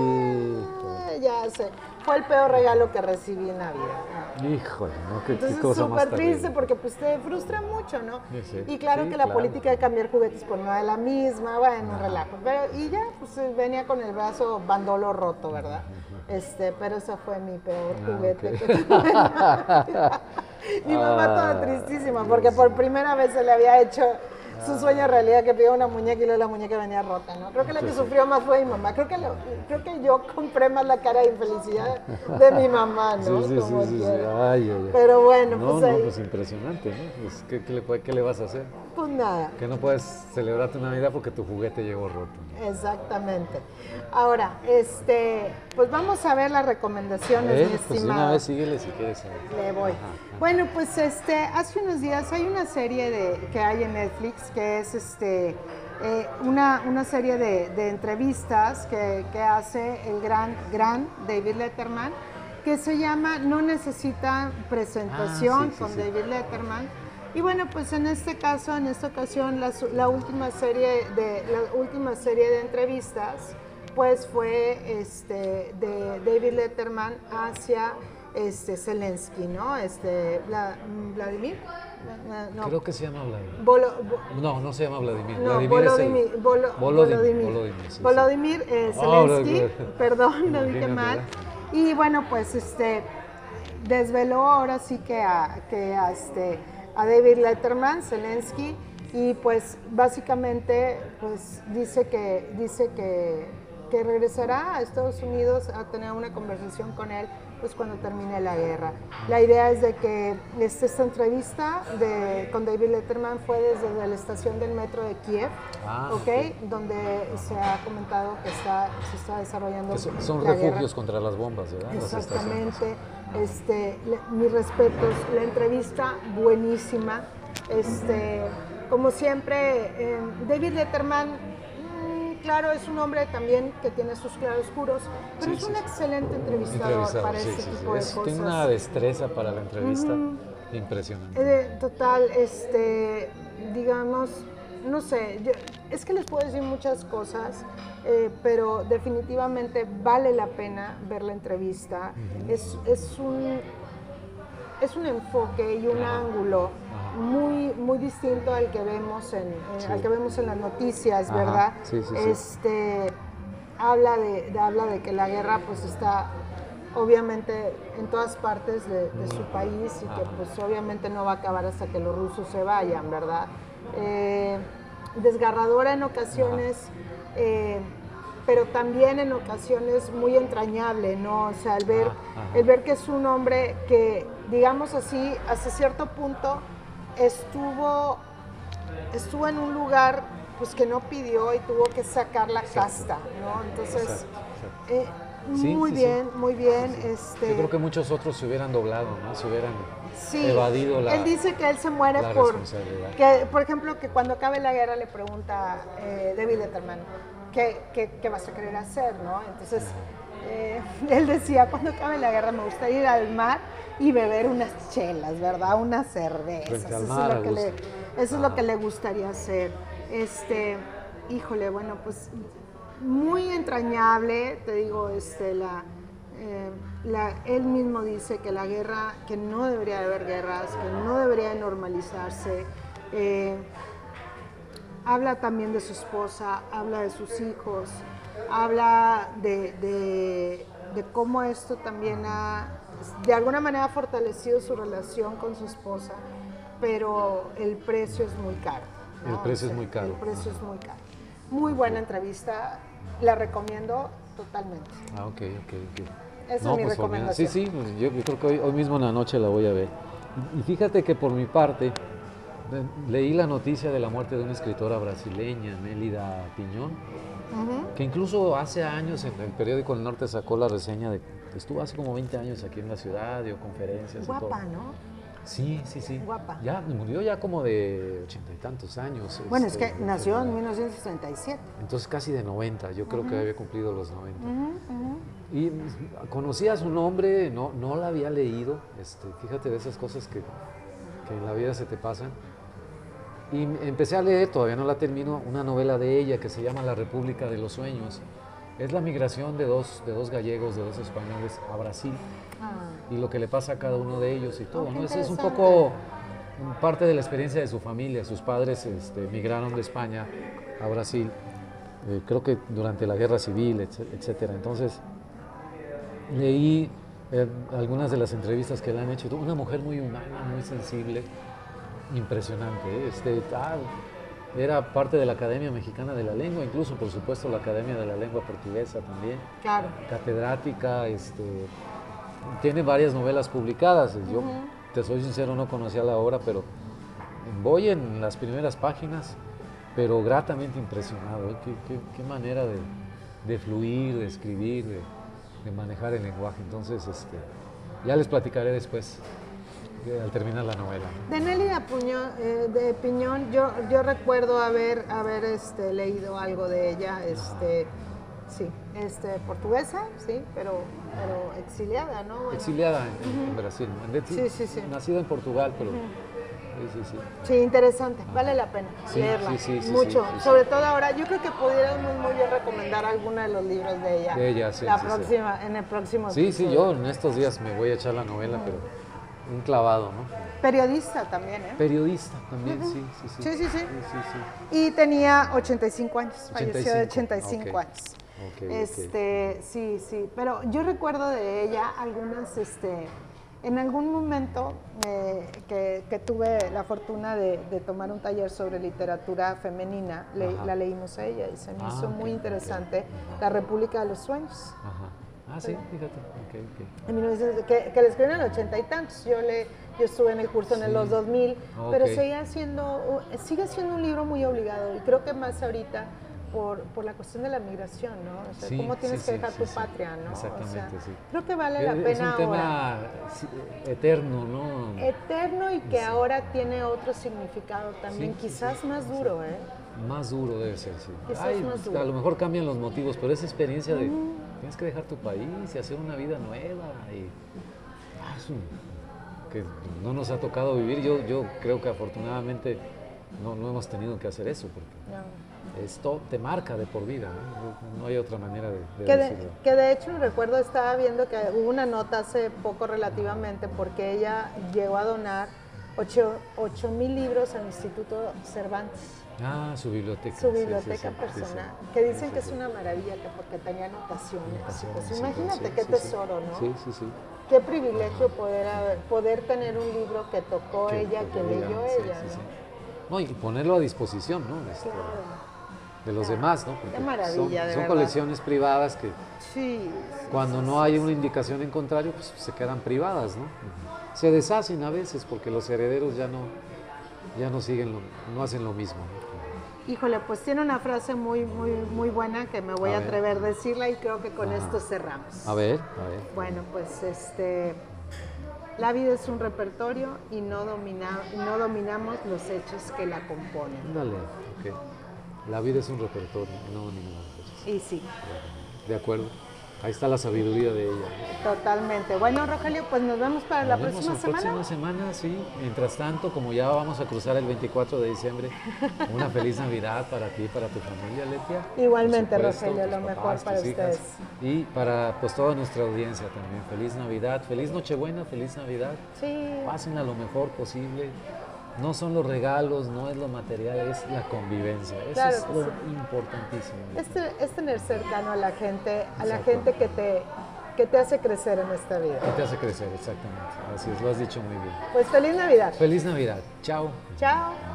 Hijo. eh, ya sé. Fue el peor regalo que recibí en Navidad. ¿no? Híjole, ¿no? Qué, qué Entonces cosa más súper triste terrible. porque pues te frustra mucho, ¿no? Sí, sí. Y claro Sí, que la claro. política de cambiar juguetes pues no es la misma, bueno, un relajo. Pero, y ya, pues eh, venía con el brazo bandolo roto, ¿verdad? Este, pero ese fue mi peor Ah, juguete ok. que tuve en Navidad. Mi mamá toda Ah, tristísima porque por primera vez se le había hecho su sueño realidad, que pidió una muñeca y luego la muñeca venía rota, ¿no? Creo que la que Sí, sí. sufrió más fue mi mamá. Creo que, lo- creo que yo compré más la cara de infelicidad de mi mamá, ¿no? Sí, sí, sí, Como sí, sí. quiera. Ay, ay, ay. Pero bueno, No, pues no, ahí, pues impresionante, ¿no? Pues, ¿qué, qué le, puede- qué le vas a hacer? pues nada, Que no puedes celebrar tu Navidad porque tu juguete llegó roto. ¿no? exactamente. Ahora, este, pues vamos a ver las recomendaciones, Eh, mi pues de una estimado. vez síguele si quieres. saber. Le voy. Ajá. Bueno, pues este, hace unos días hay una serie de, que hay en Netflix que es este, eh, una, una serie de, de entrevistas que, que hace el gran, gran David Letterman, que se llama No necesita presentación Ah, sí, sí, con sí. David Letterman. Y bueno, pues en este caso, en esta ocasión, la, su- la última serie de la última serie de entrevistas, pues fue este, de David Letterman hacia este, Zelensky, ¿no? Este, Vla- Vladimir, no, Creo que se llama Vladimir. Bolo- Bo- No, no se llama Vladimir. no, Vladimir Volodymyr, es el... Bolo- Volodymyr, Volodymyr, Volodymyr, sí, sí. Volodymyr, eh, Ah, Zelensky, Volodymyr. perdón, lo dije Imagínate, mal. ¿verdad? Y bueno, pues este desveló ahora sí que a, que a, este, a David Letterman, Zelensky, y pues básicamente pues dice que dice que, que regresará a Estados Unidos a tener una conversación con él pues cuando termine la guerra. La idea es de que este, esta entrevista de, con David Letterman fue desde la estación del metro de Kiev, Ah, ¿ok? Donde se ha comentado que está, se está desarrollando Que son, son la refugios guerra. contra las bombas, ¿verdad? Las estaciones. Exactamente. Este, le- mis respetos, la entrevista buenísima. Este, como siempre, eh, David Letterman, mm, claro, es un hombre también que tiene sus claroscuros, pero Sí, es sí, un sí. excelente entrevistador, Entrevistado, para sí, este sí, sí. tipo Es- de cosas. tiene una destreza para la entrevista Ujú. impresionante. Eh, total, este, digamos, no sé, yo- es que les puedo decir muchas cosas, eh, pero definitivamente vale la pena ver la entrevista. es, es, un, es un enfoque y un Ajá. ángulo Ajá. muy, muy distinto al que vemos en, eh, Sí. al que vemos en las noticias, Ajá, ¿verdad? sí, sí, sí. Este, habla, de, de- habla de que la guerra pues está obviamente en todas partes de, de su país y que Ajá. pues obviamente no va a acabar hasta que los rusos se vayan, ¿verdad? Eh, desgarradora en ocasiones, eh, pero también en ocasiones muy entrañable, ¿no? O sea, el ver, Ah, ajá. el ver que es un hombre que, digamos así, hasta cierto punto estuvo, estuvo en un lugar pues que no pidió y tuvo que sacar la Exacto. casta, ¿no? Entonces, Exacto, exacto. eh, Sí, muy sí, bien, sí. muy bien. Sí. Este, Yo creo que muchos otros se hubieran doblado, ¿no? Se hubieran sí, evadido la, él dice que él se muere la por, responsabilidad. que, por ejemplo, que cuando acabe la guerra le pregunta eh, David Letterman, ¿qué, qué, qué vas a querer hacer, no? Entonces, eh, él decía, cuando acabe la guerra me gustaría ir al mar y beber unas chelas, ¿verdad? Unas cervezas. Frente al Eso, mar, es, a lo que le, gusto. eso es lo Ajá. que le gustaría hacer. Este, híjole, bueno, pues muy entrañable, te digo, este, la, eh, la, él mismo dice que la guerra, que no debería de haber guerras, que no debería de normalizarse. Eh, habla también de su esposa, habla de sus hijos, habla de, de, de cómo esto también ha, de alguna manera, ha fortalecido su relación con su esposa, pero el precio es muy caro, ¿no? El precio O sea, es muy caro. El precio es muy caro. Muy buena entrevista, la recomiendo totalmente. Ah, ok, ok, ok. Esa es mi Fabián, recomendación. sí, sí, pues yo, yo creo que hoy, hoy mismo en la noche la voy a ver. Y, y fíjate que por mi parte, de- leí la noticia de la muerte de una escritora brasileña, Mélida Piñón, Ujú. que incluso hace años en el periódico El Norte sacó la reseña de que estuvo hace como veinte años aquí en la ciudad, dio conferencias y todo. Guapa, ¿no? Sí, sí, sí. Guapa. Ya murió ya como de ochenta y tantos años. Bueno, es este, que de nació en enfermedad. mil novecientos sesenta y siete. Entonces casi de noventa, yo creo que había cumplido los noventa. Ujú, ujú. Y conocía su nombre, no, no la había leído, este, fíjate de esas cosas que, que en la vida se te pasan. Y empecé a leer, todavía no la termino, una novela de ella que se llama La República de los Sueños. Es la migración de dos, de dos gallegos, de dos españoles a Brasil Ah. y lo que le pasa a cada uno de ellos y todo. Oh, qué ¿no? Ese es un interesante. poco parte de la experiencia de su familia. Sus padres este, migraron de España a Brasil, eh, creo que durante la Guerra Civil, etc- etcétera. Entonces, leí eh, algunas de las entrevistas que le han hecho. Una mujer muy humana, muy sensible, impresionante. ¿eh? Este, ah, era parte de la Academia Mexicana de la Lengua, incluso, por supuesto, la Academia de la Lengua Portuguesa también. Claro. Catedrática, este, tiene varias novelas publicadas. Yo, Ujú. te soy sincero, no conocía la obra, pero voy en las primeras páginas, pero gratamente impresionado. ¿eh? Qué, qué- qué manera de, de fluir, de escribir, de, de manejar el lenguaje. Entonces, este, ya les platicaré después, eh, al terminar la novela. ¿no? De Nélida Puño- eh, de Piñón, yo, yo recuerdo haber, haber este, leído algo de ella, este, sí, este, portuguesa, sí, pero, pero exiliada, ¿no? Bueno, Exiliada en, en Brasil. De- Sí, sí, sí. Nacida en Portugal, pero... Sí, sí, sí. sí, interesante, vale la pena Sí, leerla, sí, sí, sí, mucho, sí, sí, sí. sobre todo ahora, yo creo que pudiéramos muy bien recomendar alguno de los libros de ella, De ella, sí, la sí, sí. próxima, en el próximo Sí, sí, episodio. yo en estos días me voy a echar la novela, pero un clavado, ¿no? Periodista también, ¿eh? Periodista también, sí, sí, sí. Sí, sí, sí. sí, sí, sí. Y tenía ochenta y cinco años, falleció de ochenta y ochenta y cinco, cinco ok. años. Ok, ok. Este, sí, sí, pero yo recuerdo de ella algunas, este, en algún momento eh, que, que tuve la fortuna de, de tomar un taller sobre literatura femenina, le- Ajá. la leímos a ella y se me Ah, hizo ok, muy ok. interesante, La República de los Sueños. Ajá. Ah, sí, fíjate. Ok, ok. En mil novecientos que, que la escribieron en el ochenta y tantos. Yo le, yo estuve en el curso en Sí. los dos mil, pero Ok. seguía siendo, sigue siendo un libro muy obligado y creo que más ahorita por, por la cuestión de la migración, ¿no? O sea, Sí, cómo tienes sí, que sí, dejar sí, tu sí. patria, ¿no? O sea, Exactamente, sí. creo que vale la Es- pena es un ahora. tema sí, eterno, ¿no? Eterno y que Sí. ahora tiene otro significado también, Sí, sí, quizás sí, más sí. duro, ¿eh? Más duro debe ser, sí. Quizás Ay, más pues, duro. a lo mejor cambian los motivos, pero esa experiencia de tienes que dejar tu país y hacer una vida nueva y ah, es un- que no nos ha tocado vivir. Yo, yo creo que afortunadamente no, no hemos tenido que hacer eso porque No. esto te marca de por vida, ¿no? No hay otra manera de, de Que de, decirlo. que de hecho recuerdo, estaba viendo que hubo una nota hace poco relativamente porque ella llegó a donar ocho, ocho mil libros al Instituto Cervantes. Ah, su biblioteca. Su sí, biblioteca sí, sí, personal, sí, sí. que dicen Sí, que sí, es sí. una maravilla, que porque tenía anotaciones. Anotaciones, Pues sí, imagínate sí, qué sí, tesoro, sí. ¿no? Sí, sí, sí. Qué privilegio poder, haber- poder tener un libro que tocó Que- ella, que que digan, leyó sí, ella, sí, sí. ¿no? No, y ponerlo a disposición, ¿no? Este, Claro. de los Claro. demás, ¿no? Qué Porque maravilla, son, de son verdad. colecciones privadas que Sí, sí, cuando sí, no sí, hay sí. una indicación en contrario, pues se quedan privadas, ¿no? Se deshacen a veces porque los herederos ya no, ya no siguen, lo- no hacen lo mismo, ¿no? Híjole, pues tiene una frase muy, muy, muy buena que me voy A a ver. atrever a decirla y creo que con Ajá. esto cerramos. A ver, a ver. Bueno, pues este, la vida es un repertorio y no, domina, y no dominamos los hechos que la componen. Ándale, ok. La vida es un repertorio, no ninguna cosa. Y sí, De acuerdo. Ahí está la sabiduría de ella. totalmente. Bueno, Rogelio, pues nos vemos para la Nos vemos próxima la semana. próxima semana, sí. Mientras tanto, como ya vamos a cruzar el veinticuatro de diciembre, una feliz Navidad para ti y para tu familia, Letia. Igualmente, Por supuesto, Rogelio, tus lo mejor papás, para tus hijas. ustedes. Y para pues toda nuestra audiencia también. Feliz Navidad, feliz Nochebuena, feliz Navidad. Sí, Pásenla lo mejor posible. No son los regalos, no es lo material, es la convivencia. Eso Claro es que lo sí. importantísimo. es, es tener cercano a la gente, a la Exacto. gente que te, que te hace crecer en esta vida. Que te hace crecer, exactamente. Así es, lo has dicho muy bien. Pues feliz Navidad. Feliz Navidad. Chao. Chao.